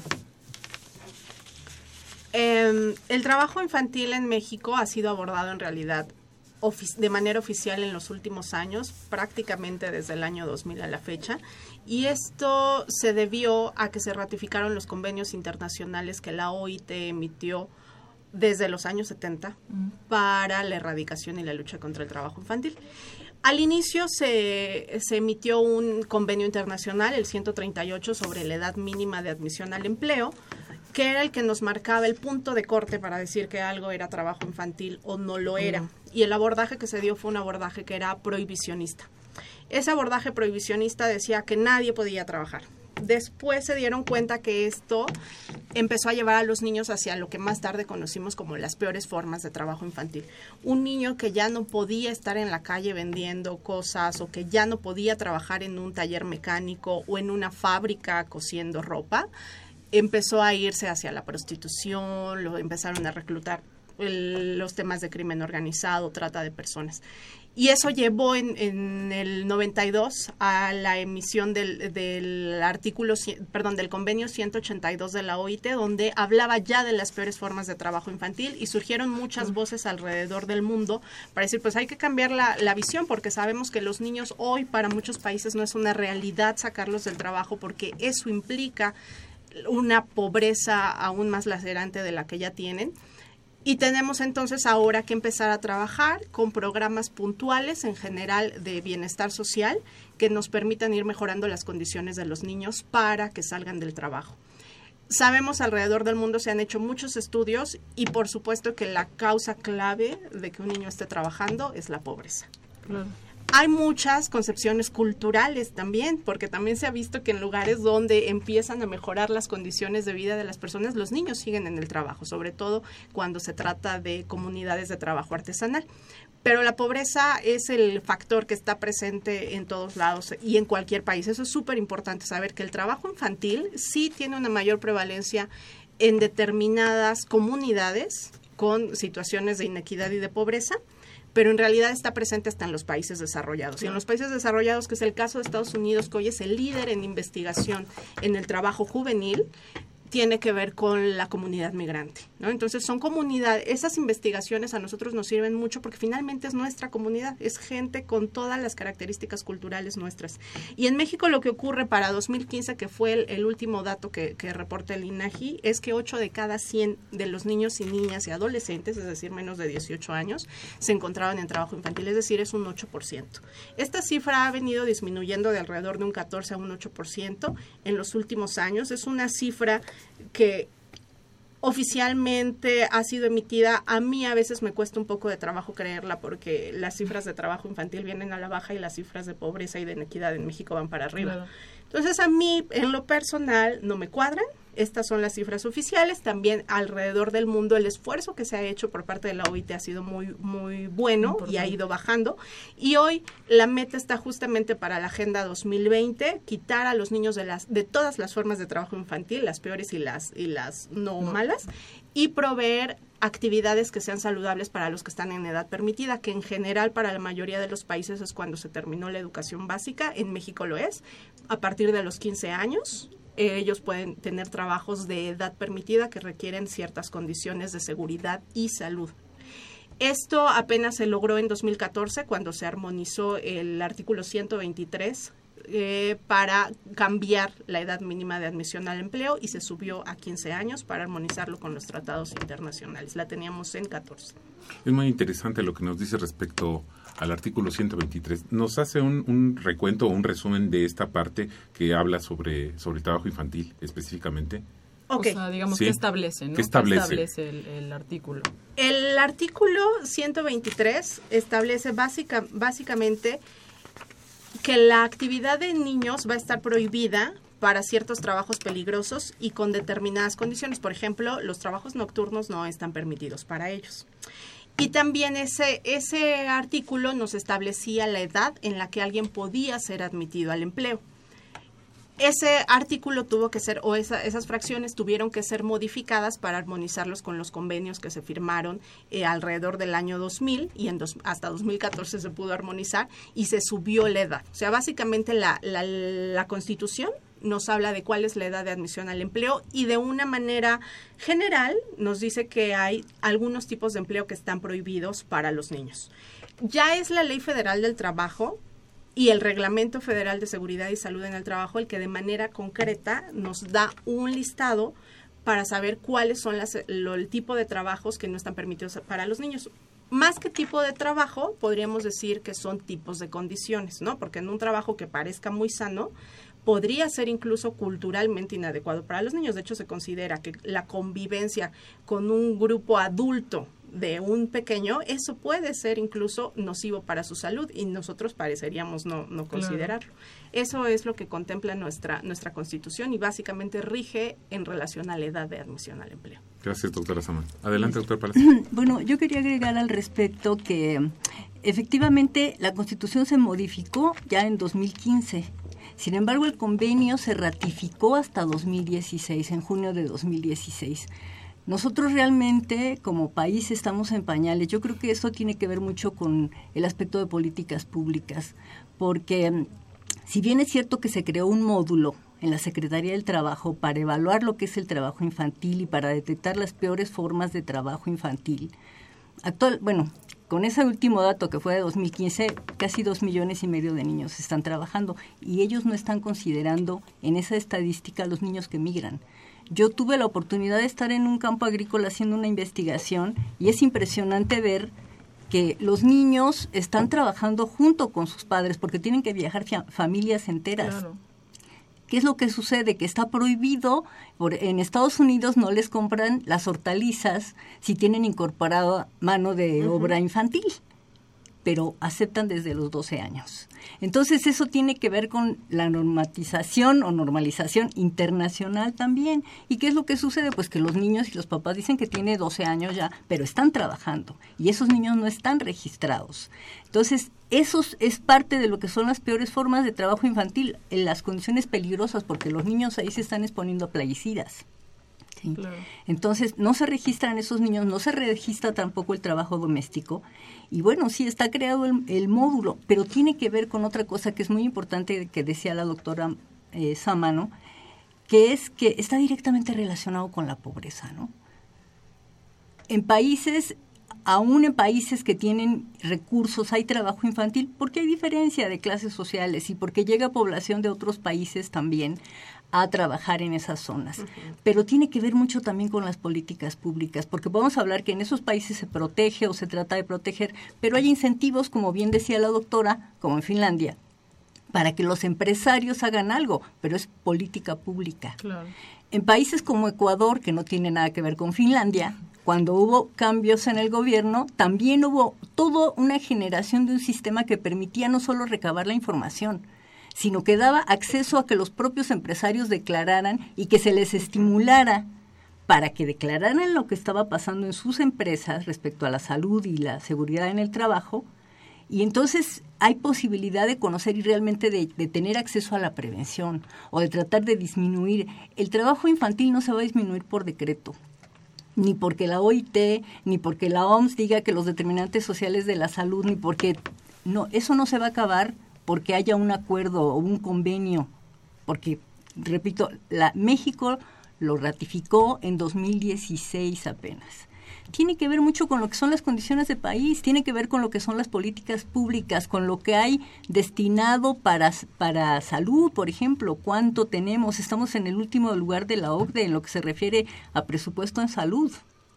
El trabajo infantil en México ha sido abordado en realidad de manera oficial en los últimos años, prácticamente desde el año 2000 a la fecha, y esto se debió a que se ratificaron los convenios internacionales que la OIT emitió desde los años 70 para la erradicación y la lucha contra el trabajo infantil. Al inicio se emitió un convenio internacional, el 138, sobre la edad mínima de admisión al empleo, que era el que nos marcaba el punto de corte para decir que algo era trabajo infantil o no lo era. Y el abordaje que se dio fue un abordaje que era prohibicionista. Ese abordaje prohibicionista decía que nadie podía trabajar. Después se dieron cuenta que esto empezó a llevar a los niños hacia lo que más tarde conocimos como las peores formas de trabajo infantil. Un niño que ya no podía estar en la calle vendiendo cosas o que ya no podía trabajar en un taller mecánico o en una fábrica cosiendo ropa, empezó a irse hacia la prostitución, lo empezaron a reclutar los temas de crimen organizado, trata de personas. Y eso llevó en el 92 a la emisión del convenio 182 de la OIT, donde hablaba ya de las peores formas de trabajo infantil, y surgieron muchas voces alrededor del mundo para decir, pues hay que cambiar la visión, porque sabemos que los niños hoy para muchos países no es una realidad sacarlos del trabajo, porque eso implica una pobreza aún más lacerante de la que ya tienen. Y tenemos entonces ahora que empezar a trabajar con programas puntuales en general de bienestar social que nos permitan ir mejorando las condiciones de los niños para que salgan del trabajo. Sabemos alrededor del mundo se han hecho muchos estudios y por supuesto que la causa clave de que un niño esté trabajando es la pobreza. Claro. Hay muchas concepciones culturales también, porque también se ha visto que en lugares donde empiezan a mejorar las condiciones de vida de las personas, los niños siguen en el trabajo, sobre todo cuando se trata de comunidades de trabajo artesanal. Pero la pobreza es el factor que está presente en todos lados y en cualquier país. Eso es súper importante saber que el trabajo infantil sí tiene una mayor prevalencia en determinadas comunidades con situaciones de inequidad y de pobreza, pero en realidad está presente hasta en los países desarrollados. Y en los países desarrollados, que es el caso de Estados Unidos, que hoy es el líder en investigación en el trabajo juvenil, tiene que ver con la comunidad migrante, ¿no? Entonces son comunidades, esas investigaciones a nosotros nos sirven mucho porque finalmente es nuestra comunidad, es gente con todas las características culturales nuestras. Y en México lo que ocurre para 2015, que fue el último dato que reporta el INAGI, es que 8 de cada 100 de los niños y niñas y adolescentes, es decir, menos de 18 años, se encontraban en trabajo infantil, es decir, es un 8%. Esta cifra ha venido disminuyendo de alrededor de un 14 a un 8% en los últimos años. Es una cifra que oficialmente ha sido emitida. A mí a veces me cuesta un poco de trabajo creerla porque las cifras de trabajo infantil vienen a la baja y las cifras de pobreza y de inequidad en México van para arriba. Claro. Entonces a mí en lo personal no me cuadran. Estas son las cifras oficiales. También alrededor del mundo el esfuerzo que se ha hecho por parte de la OIT ha sido muy, muy bueno y ha ido bajando. Y hoy la meta está justamente para la Agenda 2020, quitar a los niños de todas las formas de trabajo infantil, las peores y las no malas, y proveer actividades que sean saludables para los que están en edad permitida, que en general para la mayoría de los países es cuando se terminó la educación básica. En México lo es, a partir de los 15 años. Ellos pueden tener trabajos de edad permitida que requieren ciertas condiciones de seguridad y salud. Esto apenas se logró en 2014 cuando se armonizó el artículo 123 para cambiar la edad mínima de admisión al empleo y se subió a 15 años para armonizarlo con los tratados internacionales. La teníamos en 14. Es muy interesante lo que nos dice respecto al artículo 123. ¿Nos hace un recuento o un resumen de esta parte que habla sobre el trabajo infantil específicamente? Okay. O sea, digamos, ¿sí? ¿Qué establece, no? ¿Qué establece el artículo? El artículo 123 establece básicamente que la actividad de niños va a estar prohibida para ciertos trabajos peligrosos y con determinadas condiciones. Por ejemplo, los trabajos nocturnos no están permitidos para ellos. Y también ese artículo nos establecía la edad en la que alguien podía ser admitido al empleo. Ese artículo tuvo que ser, o esas fracciones tuvieron que ser modificadas para armonizarlos con los convenios que se firmaron alrededor del año 2000 y hasta 2014 se pudo armonizar y se subió la edad. O sea, básicamente la Constitución nos habla de cuál es la edad de admisión al empleo y de una manera general nos dice que hay algunos tipos de empleo que están prohibidos para los niños. Ya es la Ley Federal del Trabajo y el Reglamento Federal de Seguridad y Salud en el Trabajo el que de manera concreta nos da un listado para saber cuáles son el tipo de trabajos que no están permitidos para los niños. Más que tipo de trabajo, podríamos decir que son tipos de condiciones, ¿no? Porque en un trabajo que parezca muy sano, podría ser incluso culturalmente inadecuado para los niños. De hecho, se considera que la convivencia con un grupo adulto de un pequeño, eso puede ser incluso nocivo para su salud y nosotros pareceríamos no considerarlo. Eso es lo que contempla nuestra Constitución y básicamente rige en relación a la edad de admisión al empleo. Gracias, doctora Samán. Adelante, doctor Palacio. Bueno, yo quería agregar al respecto que efectivamente la Constitución se modificó ya en 2015. Sin embargo, el convenio se ratificó hasta 2016, en junio de 2016. Nosotros realmente como país estamos en pañales. Yo creo que eso tiene que ver mucho con el aspecto de políticas públicas, porque si bien es cierto que se creó un módulo en la Secretaría del Trabajo para evaluar lo que es el trabajo infantil y para detectar las peores formas de trabajo infantil, con ese último dato que fue de 2015, casi 2,5 millones de niños están trabajando y ellos no están considerando en esa estadística a los niños que migran. Yo tuve la oportunidad de estar en un campo agrícola haciendo una investigación y es impresionante ver que los niños están trabajando junto con sus padres porque tienen que viajar familias enteras. Claro. ¿Qué es lo que sucede? Que está prohibido, en Estados Unidos no les compran las hortalizas si tienen incorporada mano de obra infantil, pero aceptan desde los 12 años. Entonces eso tiene que ver con la normatización o normalización internacional también. ¿Y qué es lo que sucede? Pues que los niños y los papás dicen que tiene 12 años ya, pero están trabajando y esos niños no están registrados. Entonces eso es parte de lo que son las peores formas de trabajo infantil, en las condiciones peligrosas, porque los niños ahí se están exponiendo a plaguicidas. ¿Sí? Claro. Entonces no se registran esos niños, no se registra tampoco el trabajo doméstico y bueno, sí está creado el módulo, pero tiene que ver con otra cosa que es muy importante que decía la doctora Samano, que es que está directamente relacionado con la pobreza, ¿no? Aún en países que tienen recursos hay trabajo infantil, porque hay diferencia de clases sociales y porque llega población de otros países también a trabajar en esas zonas. Pero tiene que ver mucho también con las políticas públicas, porque podemos hablar que en esos países se protege o se trata de proteger, pero hay incentivos, como bien decía la doctora, como en Finlandia, para que los empresarios hagan algo, pero es política pública. Claro. En países como Ecuador, que no tiene nada que ver con Finlandia, cuando hubo cambios en el gobierno, también hubo toda una generación de un sistema que permitía no solo recabar la información, sino que daba acceso a que los propios empresarios declararan y que se les estimulara para que declararan lo que estaba pasando en sus empresas respecto a la salud y la seguridad en el trabajo. Y entonces hay posibilidad de conocer y realmente de tener acceso a la prevención o de tratar de disminuir. El trabajo infantil no se va a disminuir por decreto, ni porque la OIT, ni porque la OMS diga que los determinantes sociales de la salud, ni porque... No, eso no se va a acabar porque haya un acuerdo o un convenio, porque, repito, México lo ratificó en 2016 apenas. Tiene que ver mucho con lo que son las condiciones de país, tiene que ver con lo que son las políticas públicas, con lo que hay destinado para salud, por ejemplo, cuánto tenemos. Estamos en el último lugar de la OCDE en lo que se refiere a presupuesto en salud.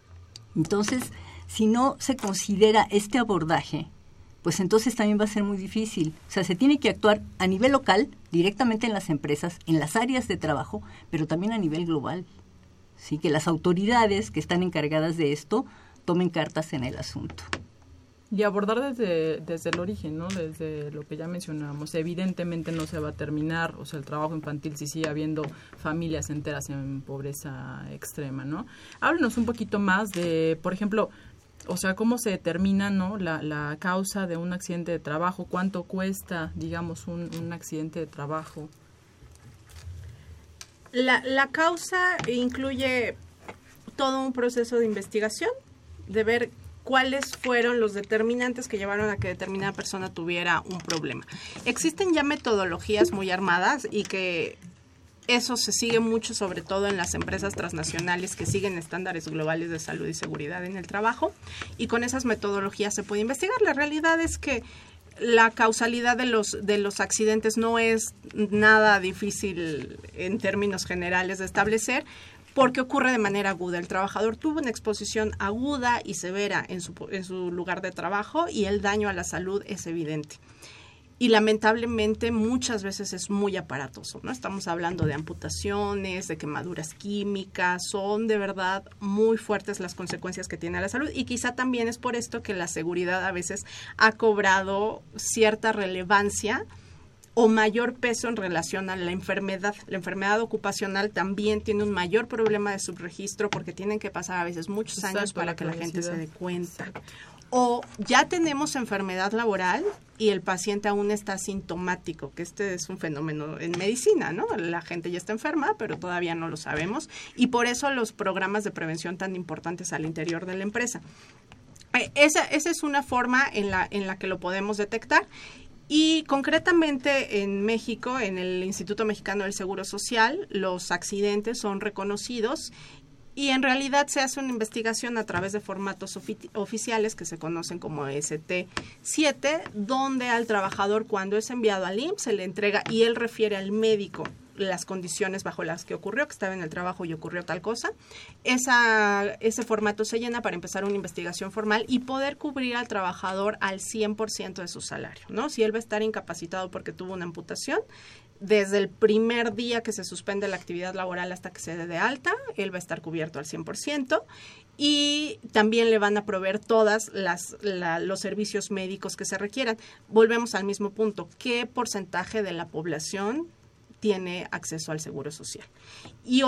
Entonces, si no se considera este abordaje, pues entonces también va a ser muy difícil. O sea, se tiene que actuar a nivel local, directamente en las empresas, en las áreas de trabajo, pero también a nivel global. Sí, que las autoridades que están encargadas de esto tomen cartas en el asunto. Y abordar desde el origen, ¿no? Desde lo que ya mencionábamos. Evidentemente no se va a terminar, o sea, el trabajo infantil si sigue habiendo familias enteras en pobreza extrema, ¿no? Háblenos un poquito más de, por ejemplo, o sea, cómo se determina, ¿no? la causa de un accidente de trabajo, cuánto cuesta, digamos, un accidente de trabajo. La causa incluye todo un proceso de investigación, de ver cuáles fueron los determinantes que llevaron a que determinada persona tuviera un problema. Existen ya metodologías muy armadas y que eso se sigue mucho, sobre todo en las empresas transnacionales que siguen estándares globales de salud y seguridad en el trabajo, y con esas metodologías se puede investigar. La realidad es que la causalidad de los accidentes no es nada difícil en términos generales de establecer, porque ocurre de manera aguda. El trabajador tuvo una exposición aguda y severa en su lugar de trabajo y el daño a la salud es evidente. Y lamentablemente muchas veces es muy aparatoso, ¿no? Estamos hablando de amputaciones, de quemaduras químicas, son de verdad muy fuertes las consecuencias que tiene a la salud, y quizá también es por esto que la seguridad a veces ha cobrado cierta relevancia o mayor peso en relación a la enfermedad. La enfermedad ocupacional también tiene un mayor problema de subregistro porque tienen que pasar a veces muchos años para que la gente se dé cuenta. O ya tenemos enfermedad laboral y el paciente aún está asintomático, que este es un fenómeno en medicina, ¿no? La gente ya está enferma, pero todavía no lo sabemos, y por eso los programas de prevención tan importantes al interior de la empresa. Esa es una forma en la que lo podemos detectar. Y concretamente en México, en el Instituto Mexicano del Seguro Social, los accidentes son reconocidos y en realidad se hace una investigación a través de formatos oficiales que se conocen como ST7, donde al trabajador, cuando es enviado al IMSS, se le entrega y él refiere al médico las condiciones bajo las que ocurrió, que estaba en el trabajo y ocurrió tal cosa. Ese formato se llena para empezar una investigación formal y poder cubrir al trabajador al 100% de su salario, ¿no? Si él va a estar incapacitado porque tuvo una amputación, desde el primer día que se suspende la actividad laboral hasta que se dé de alta, él va a estar cubierto al 100%, y también le van a proveer todas los servicios médicos que se requieran. Volvemos al mismo punto, ¿qué porcentaje de la población tiene acceso al seguro social? Y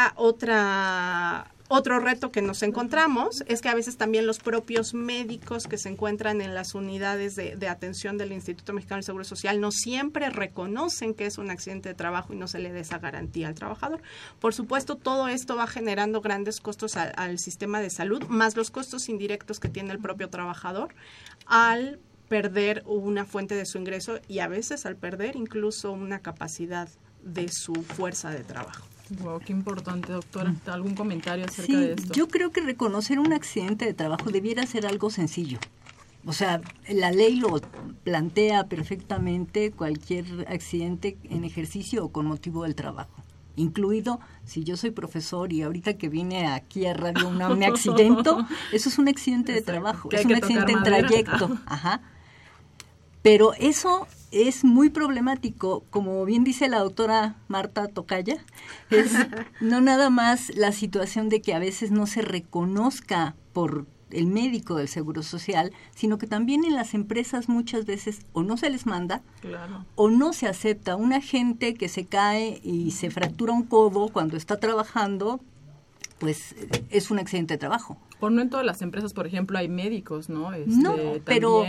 otro reto que nos encontramos es que a veces también los propios médicos que se encuentran en las unidades de atención del Instituto Mexicano del Seguro Social no siempre reconocen que es un accidente de trabajo y no se le da esa garantía al trabajador. Por supuesto, todo esto va generando grandes costos al sistema de salud, más los costos indirectos que tiene el propio trabajador al perder una fuente de su ingreso y a veces al perder incluso una capacidad de su fuerza de trabajo. Wow, qué importante, doctora. ¿Algún comentario acerca de esto? Yo creo que reconocer un accidente de trabajo debiera ser algo sencillo. O sea, la ley lo plantea perfectamente, cualquier accidente en ejercicio o con motivo del trabajo. Incluido, si yo soy profesor y ahorita que vine aquí a Radio UNAM me accidento, eso es un accidente de trabajo, es un accidente en trayecto. Ajá. Pero eso es muy problemático, como bien dice la doctora Marta Tocaya, es no nada más la situación de que a veces no se reconozca por el médico del Seguro Social, sino que también en las empresas muchas veces o no se les manda, claro, o no se acepta. Una gente que se cae y se fractura un codo cuando está trabajando, pues es un accidente de trabajo. Por no en todas las empresas, por ejemplo, hay médicos, ¿no? No, pero...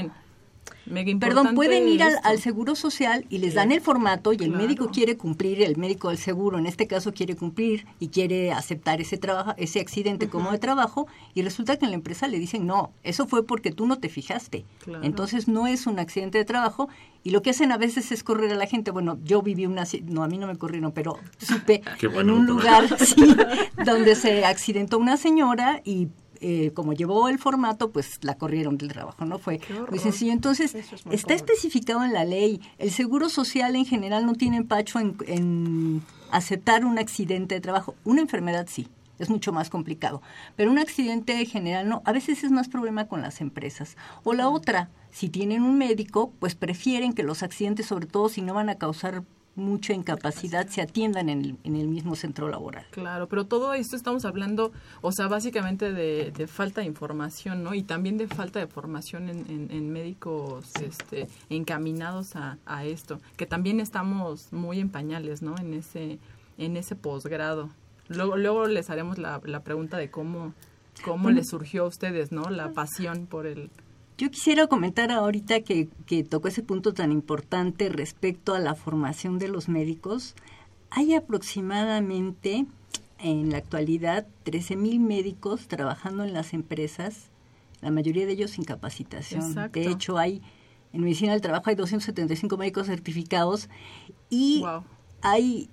Perdón, pueden ir al Seguro Social y les dan el formato y el médico quiere cumplir, el médico del seguro en este caso quiere cumplir y quiere aceptar ese accidente como de trabajo, y resulta que en la empresa le dicen no, eso fue porque tú no te fijaste. Claro. Entonces no es un accidente de trabajo, y lo que hacen a veces es correr a la gente. Bueno, yo viví no, a mí no me corrieron, pero supe en un lugar donde se accidentó una señora y como llevó el formato, pues la corrieron del trabajo, ¿no? Fue muy sencillo. Entonces, está especificado en la ley. El Seguro Social en general no tiene empacho en aceptar un accidente de trabajo. Una enfermedad sí, es mucho más complicado. Pero un accidente en general no. A veces es más problema con las empresas. O la otra, si tienen un médico, pues prefieren que los accidentes, sobre todo si no van a causar mucha incapacidad, se atiendan en el mismo centro laboral. Claro, pero todo esto estamos hablando, o sea, básicamente de falta de información, ¿no? Y también de falta de formación en médicos encaminados a esto, que también estamos muy en pañales, ¿no? En ese posgrado. Luego les haremos la pregunta de cómo les surgió a ustedes, ¿no? La pasión por el... Yo quisiera comentar ahorita que tocó ese punto tan importante respecto a la formación de los médicos. Hay aproximadamente, en la actualidad, 13,000 médicos trabajando en las empresas, la mayoría de ellos sin capacitación. Exacto. De hecho, en medicina del trabajo hay 275 médicos certificados y hay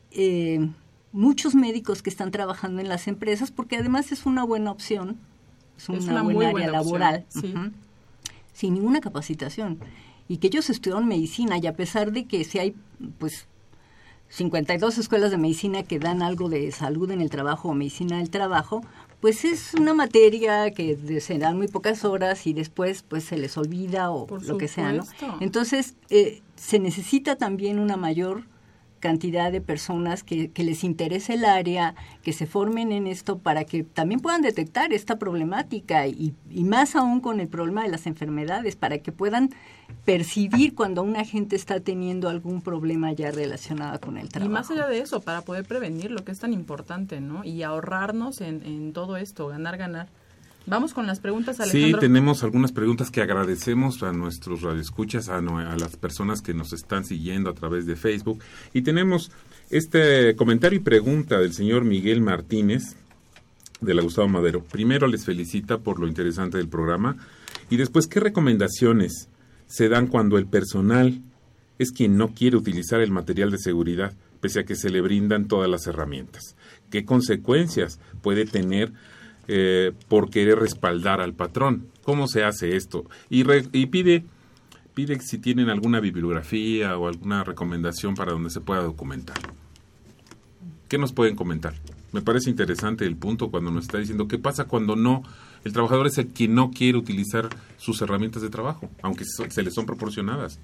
muchos médicos que están trabajando en las empresas porque además es una buena opción, es una buena área laboral. Sí. Sin ninguna capacitación, y que ellos estudiaron medicina, y a pesar de que si hay pues 52 escuelas de medicina que dan algo de salud en el trabajo o medicina del trabajo, pues es una materia que se dan muy pocas horas y después pues se les olvida o lo que sea, ¿no? Entonces se necesita también una mayor cantidad de personas que les interese el área, que se formen en esto para que también puedan detectar esta problemática y más aún con el problema de las enfermedades, para que puedan percibir cuando una gente está teniendo algún problema ya relacionado con el trabajo. Y más allá de eso, para poder prevenir lo que es tan importante, ¿no? Y ahorrarnos en todo esto, ganar. Vamos con las preguntas, Alejandro. Sí, tenemos algunas preguntas que agradecemos a nuestros radioescuchas, a las personas que nos están siguiendo a través de Facebook. Y tenemos este comentario y pregunta del señor Miguel Martínez, de la Gustavo Madero. Primero les felicita por lo interesante del programa y después, ¿qué recomendaciones se dan cuando el personal es quien no quiere utilizar el material de seguridad, pese a que se le brindan todas las herramientas? ¿Qué consecuencias puede tener por querer respaldar al patrón? ¿Cómo se hace esto? Y pide si tienen alguna bibliografía o alguna recomendación para donde se pueda documentar. ¿Qué nos pueden comentar? Me parece interesante el punto cuando nos está diciendo qué pasa cuando el trabajador es el quien no quiere utilizar sus herramientas de trabajo, aunque se le son proporcionadas.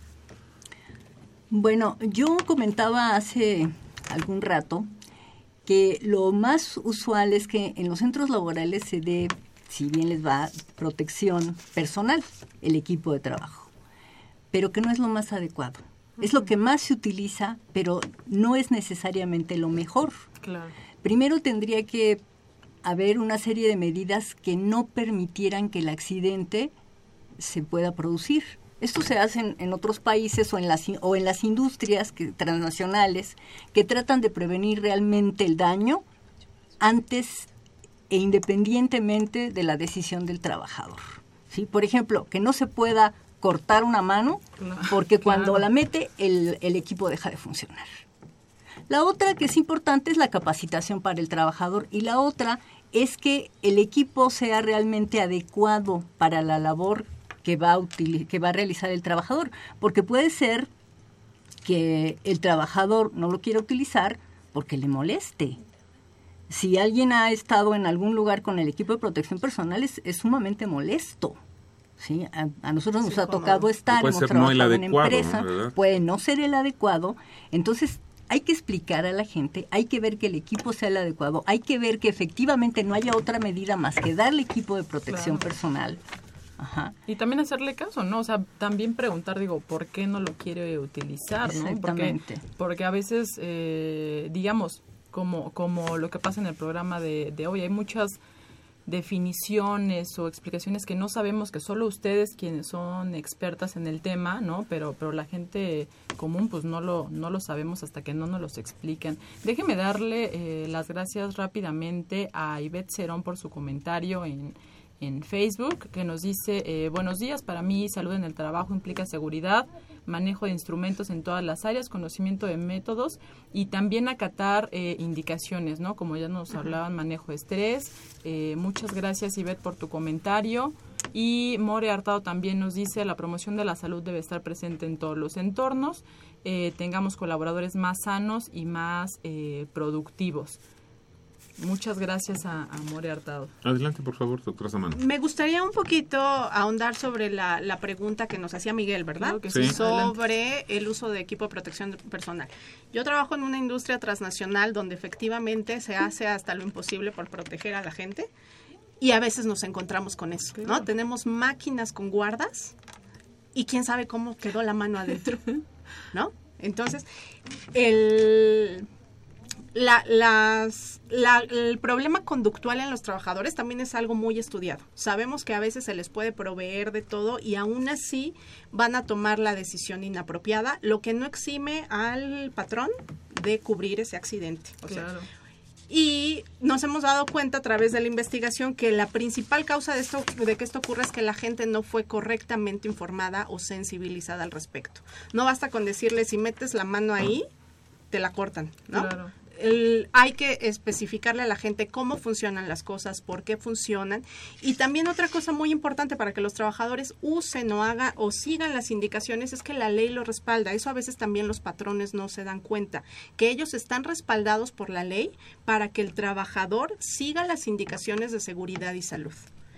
Bueno, yo comentaba hace algún rato que lo más usual es que en los centros laborales se dé, si bien les va, protección personal, el equipo de trabajo, pero que no es lo más adecuado. Es lo que más se utiliza, pero no es necesariamente lo mejor. Claro. Primero tendría que haber una serie de medidas que no permitieran que el accidente se pueda producir. Esto se hace en otros países o en las industrias transnacionales que tratan de prevenir realmente el daño antes e independientemente de la decisión del trabajador. ¿Sí? Por ejemplo, que no se pueda cortar una mano porque cuando la mete el equipo deja de funcionar. La otra que es importante es la capacitación para el trabajador, y la otra es que el equipo sea realmente adecuado para la labor que va a realizar el trabajador, porque puede ser que el trabajador no lo quiera utilizar porque le moleste. Si alguien ha estado en algún lugar con el equipo de protección personal, es sumamente molesto. ¿Sí? A nosotros nos ha tocado estar, hemos trabajado en empresa, ¿no? Puede no ser el adecuado, entonces hay que explicar a la gente, hay que ver que el equipo sea el adecuado, hay que ver que efectivamente no haya otra medida más que darle equipo de protección personal. Ajá. Y también hacerle caso, ¿no? O sea, también preguntar, ¿por qué no lo quiere utilizar, ¿no? Porque a veces, digamos, como lo que pasa en el programa de hoy, hay muchas definiciones o explicaciones que no sabemos, que solo ustedes, quienes son expertas en el tema, ¿no? Pero la gente común pues no lo sabemos hasta que no nos los explican. Déjeme darle las gracias rápidamente a Ivette Cerón por su comentario en Facebook, que nos dice, buenos días, para mí salud en el trabajo implica seguridad, manejo de instrumentos en todas las áreas, conocimiento de métodos y también acatar indicaciones, ¿no? Como ya nos hablaban, manejo de estrés. Muchas gracias, Ivette, por tu comentario. Y More Hartado también nos dice, la promoción de la salud debe estar presente en todos los entornos, tengamos colaboradores más sanos y más productivos. Muchas gracias a More Hartado. Adelante, por favor, doctora Samano. Me gustaría un poquito ahondar sobre la pregunta que nos hacía Miguel, ¿verdad? Claro que sí. Sobre el uso de equipo de protección personal. Yo trabajo en una industria transnacional donde efectivamente se hace hasta lo imposible por proteger a la gente y a veces nos encontramos con eso, ¿no? Claro. Tenemos máquinas con guardas y quién sabe cómo quedó la mano adentro, ¿no? Entonces, el problema conductual en los trabajadores también es algo muy estudiado. Sabemos que a veces se les puede proveer de todo y aún así van a tomar la decisión inapropiada, lo que no exime al patrón de cubrir ese accidente. Claro. Y nos hemos dado cuenta a través de la investigación que la principal causa de que esto ocurra es que la gente no fue correctamente informada o sensibilizada al respecto. No basta con decirle, si metes la mano ahí, te la cortan, ¿no? Claro. Hay que especificarle a la gente cómo funcionan las cosas, por qué funcionan, y también otra cosa muy importante para que los trabajadores usen o hagan o sigan las indicaciones es que la ley lo respalda. Eso a veces también los patrones no se dan cuenta, que ellos están respaldados por la ley para que el trabajador siga las indicaciones de seguridad y salud.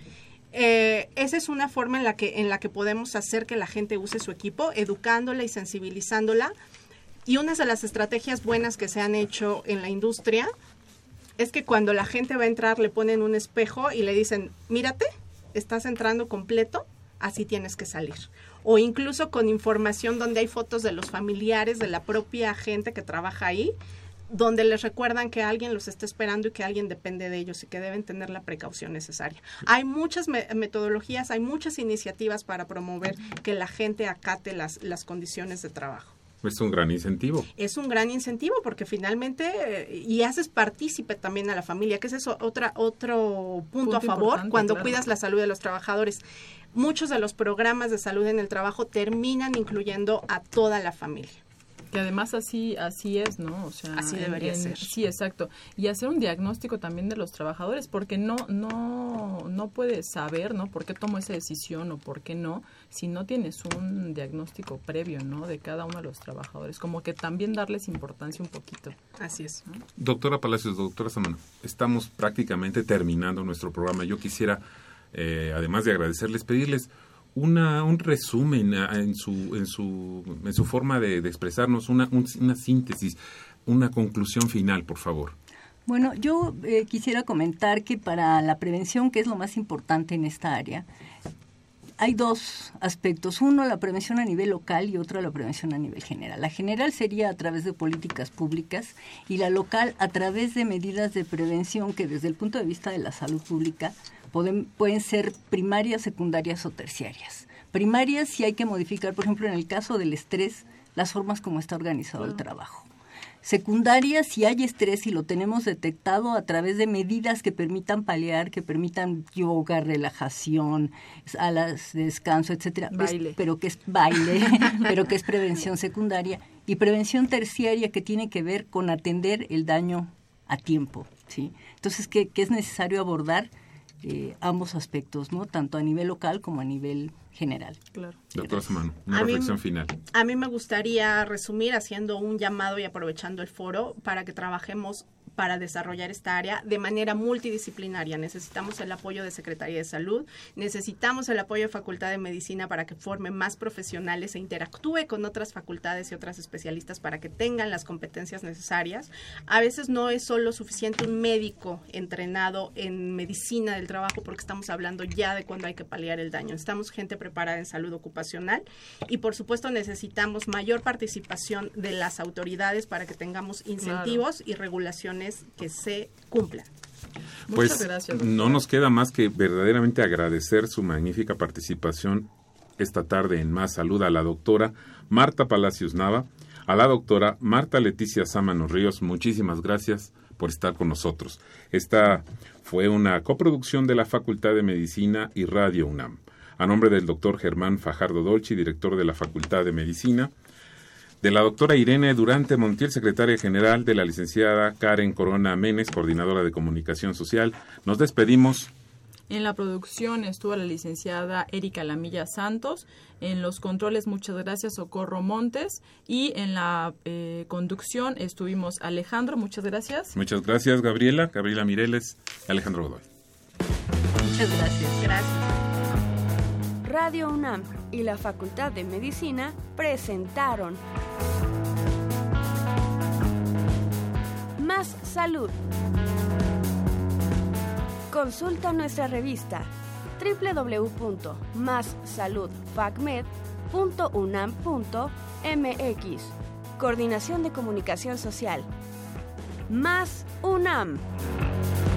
Esa es una forma en la que podemos hacer que la gente use su equipo, educándola y sensibilizándola. Y una de las estrategias buenas que se han hecho en la industria es que cuando la gente va a entrar le ponen un espejo y le dicen, mírate, estás entrando completo, así tienes que salir. O incluso con información donde hay fotos de los familiares, de la propia gente que trabaja ahí, donde les recuerdan que alguien los está esperando y que alguien depende de ellos y que deben tener la precaución necesaria. Hay muchas metodologías, hay muchas iniciativas para promover que la gente acate las condiciones de trabajo. Es un gran incentivo. Es un gran incentivo porque finalmente, y haces partícipe también a la familia, que es eso, otro punto a favor cuando claro. Cuidas la salud de los trabajadores. Muchos de los programas de salud en el trabajo terminan incluyendo a toda la familia. Que además así es, ¿no? O sea, así debería ser. Sí, exacto. Y hacer un diagnóstico también de los trabajadores, porque no puedes saber, ¿no? Por qué tomo esa decisión o por qué no, si no tienes un diagnóstico previo, ¿no? De cada uno de los trabajadores. Como que también darles importancia un poquito. Así es. ¿No? Doctora Palacios, doctora Samano, estamos prácticamente terminando nuestro programa. Yo quisiera, además de agradecerles, pedirles un resumen en su forma de expresarnos, una síntesis, una conclusión final, por favor. Bueno, yo quisiera comentar que para la prevención, que es lo más importante en esta área, hay dos aspectos. Uno, la prevención a nivel local y otro, la prevención a nivel general. La general sería a través de políticas públicas y la local a través de medidas de prevención que desde el punto de vista de la salud pública pueden ser primarias, secundarias o terciarias. Primarias si hay que modificar, por ejemplo, en el caso del estrés, las formas como está organizado el trabajo. Secundarias si hay estrés y lo tenemos detectado a través de medidas que permitan paliar, que permitan yoga, relajación, salas de descanso, etcétera. Baile. Pero que es prevención secundaria. y prevención terciaria, que tiene que ver con atender el daño a tiempo, ¿sí? Entonces, que es necesario abordar ambos aspectos, ¿no? Tanto a nivel local como a nivel general. Claro. Doctora Samano, una reflexión final. A mí me gustaría resumir haciendo un llamado y aprovechando el foro para que trabajemos para desarrollar esta área de manera multidisciplinaria. Necesitamos el apoyo de Secretaría de Salud, necesitamos el apoyo de Facultad de Medicina para que forme más profesionales e interactúe con otras facultades y otras especialistas para que tengan las competencias necesarias. A veces no es solo suficiente un médico entrenado en medicina del trabajo, porque estamos hablando ya de cuando hay que paliar el daño. Necesitamos gente preparada en salud ocupacional y, por supuesto, necesitamos mayor participación de las autoridades para que tengamos incentivos y regulaciones que se cumplan. Pues Muchas gracias, doctora. no nos queda más que verdaderamente agradecer su magnífica participación esta tarde en Más Salud a la doctora Marta Palacios Nava, a la doctora Marta Leticia Sámano Ríos. Muchísimas gracias por estar con nosotros. Esta fue una coproducción de la Facultad de Medicina y Radio UNAM. A nombre del doctor Germán Fajardo Dolci, director de la Facultad de Medicina, de la doctora Irene Durante Montiel, secretaria general, de la licenciada Karen Corona Menes, coordinadora de comunicación social, nos despedimos. En la producción estuvo la licenciada Erika Lamilla Santos, en los controles muchas gracias Socorro Montes y en la conducción estuvimos Alejandro, muchas gracias. Muchas gracias Gabriela Mireles, Alejandro Godoy. Muchas gracias. Gracias. Radio UNAM y la Facultad de Medicina presentaron Más Salud. Consulta nuestra revista www.massaludfacmed.unam.mx. Coordinación de Comunicación Social. Más UNAM.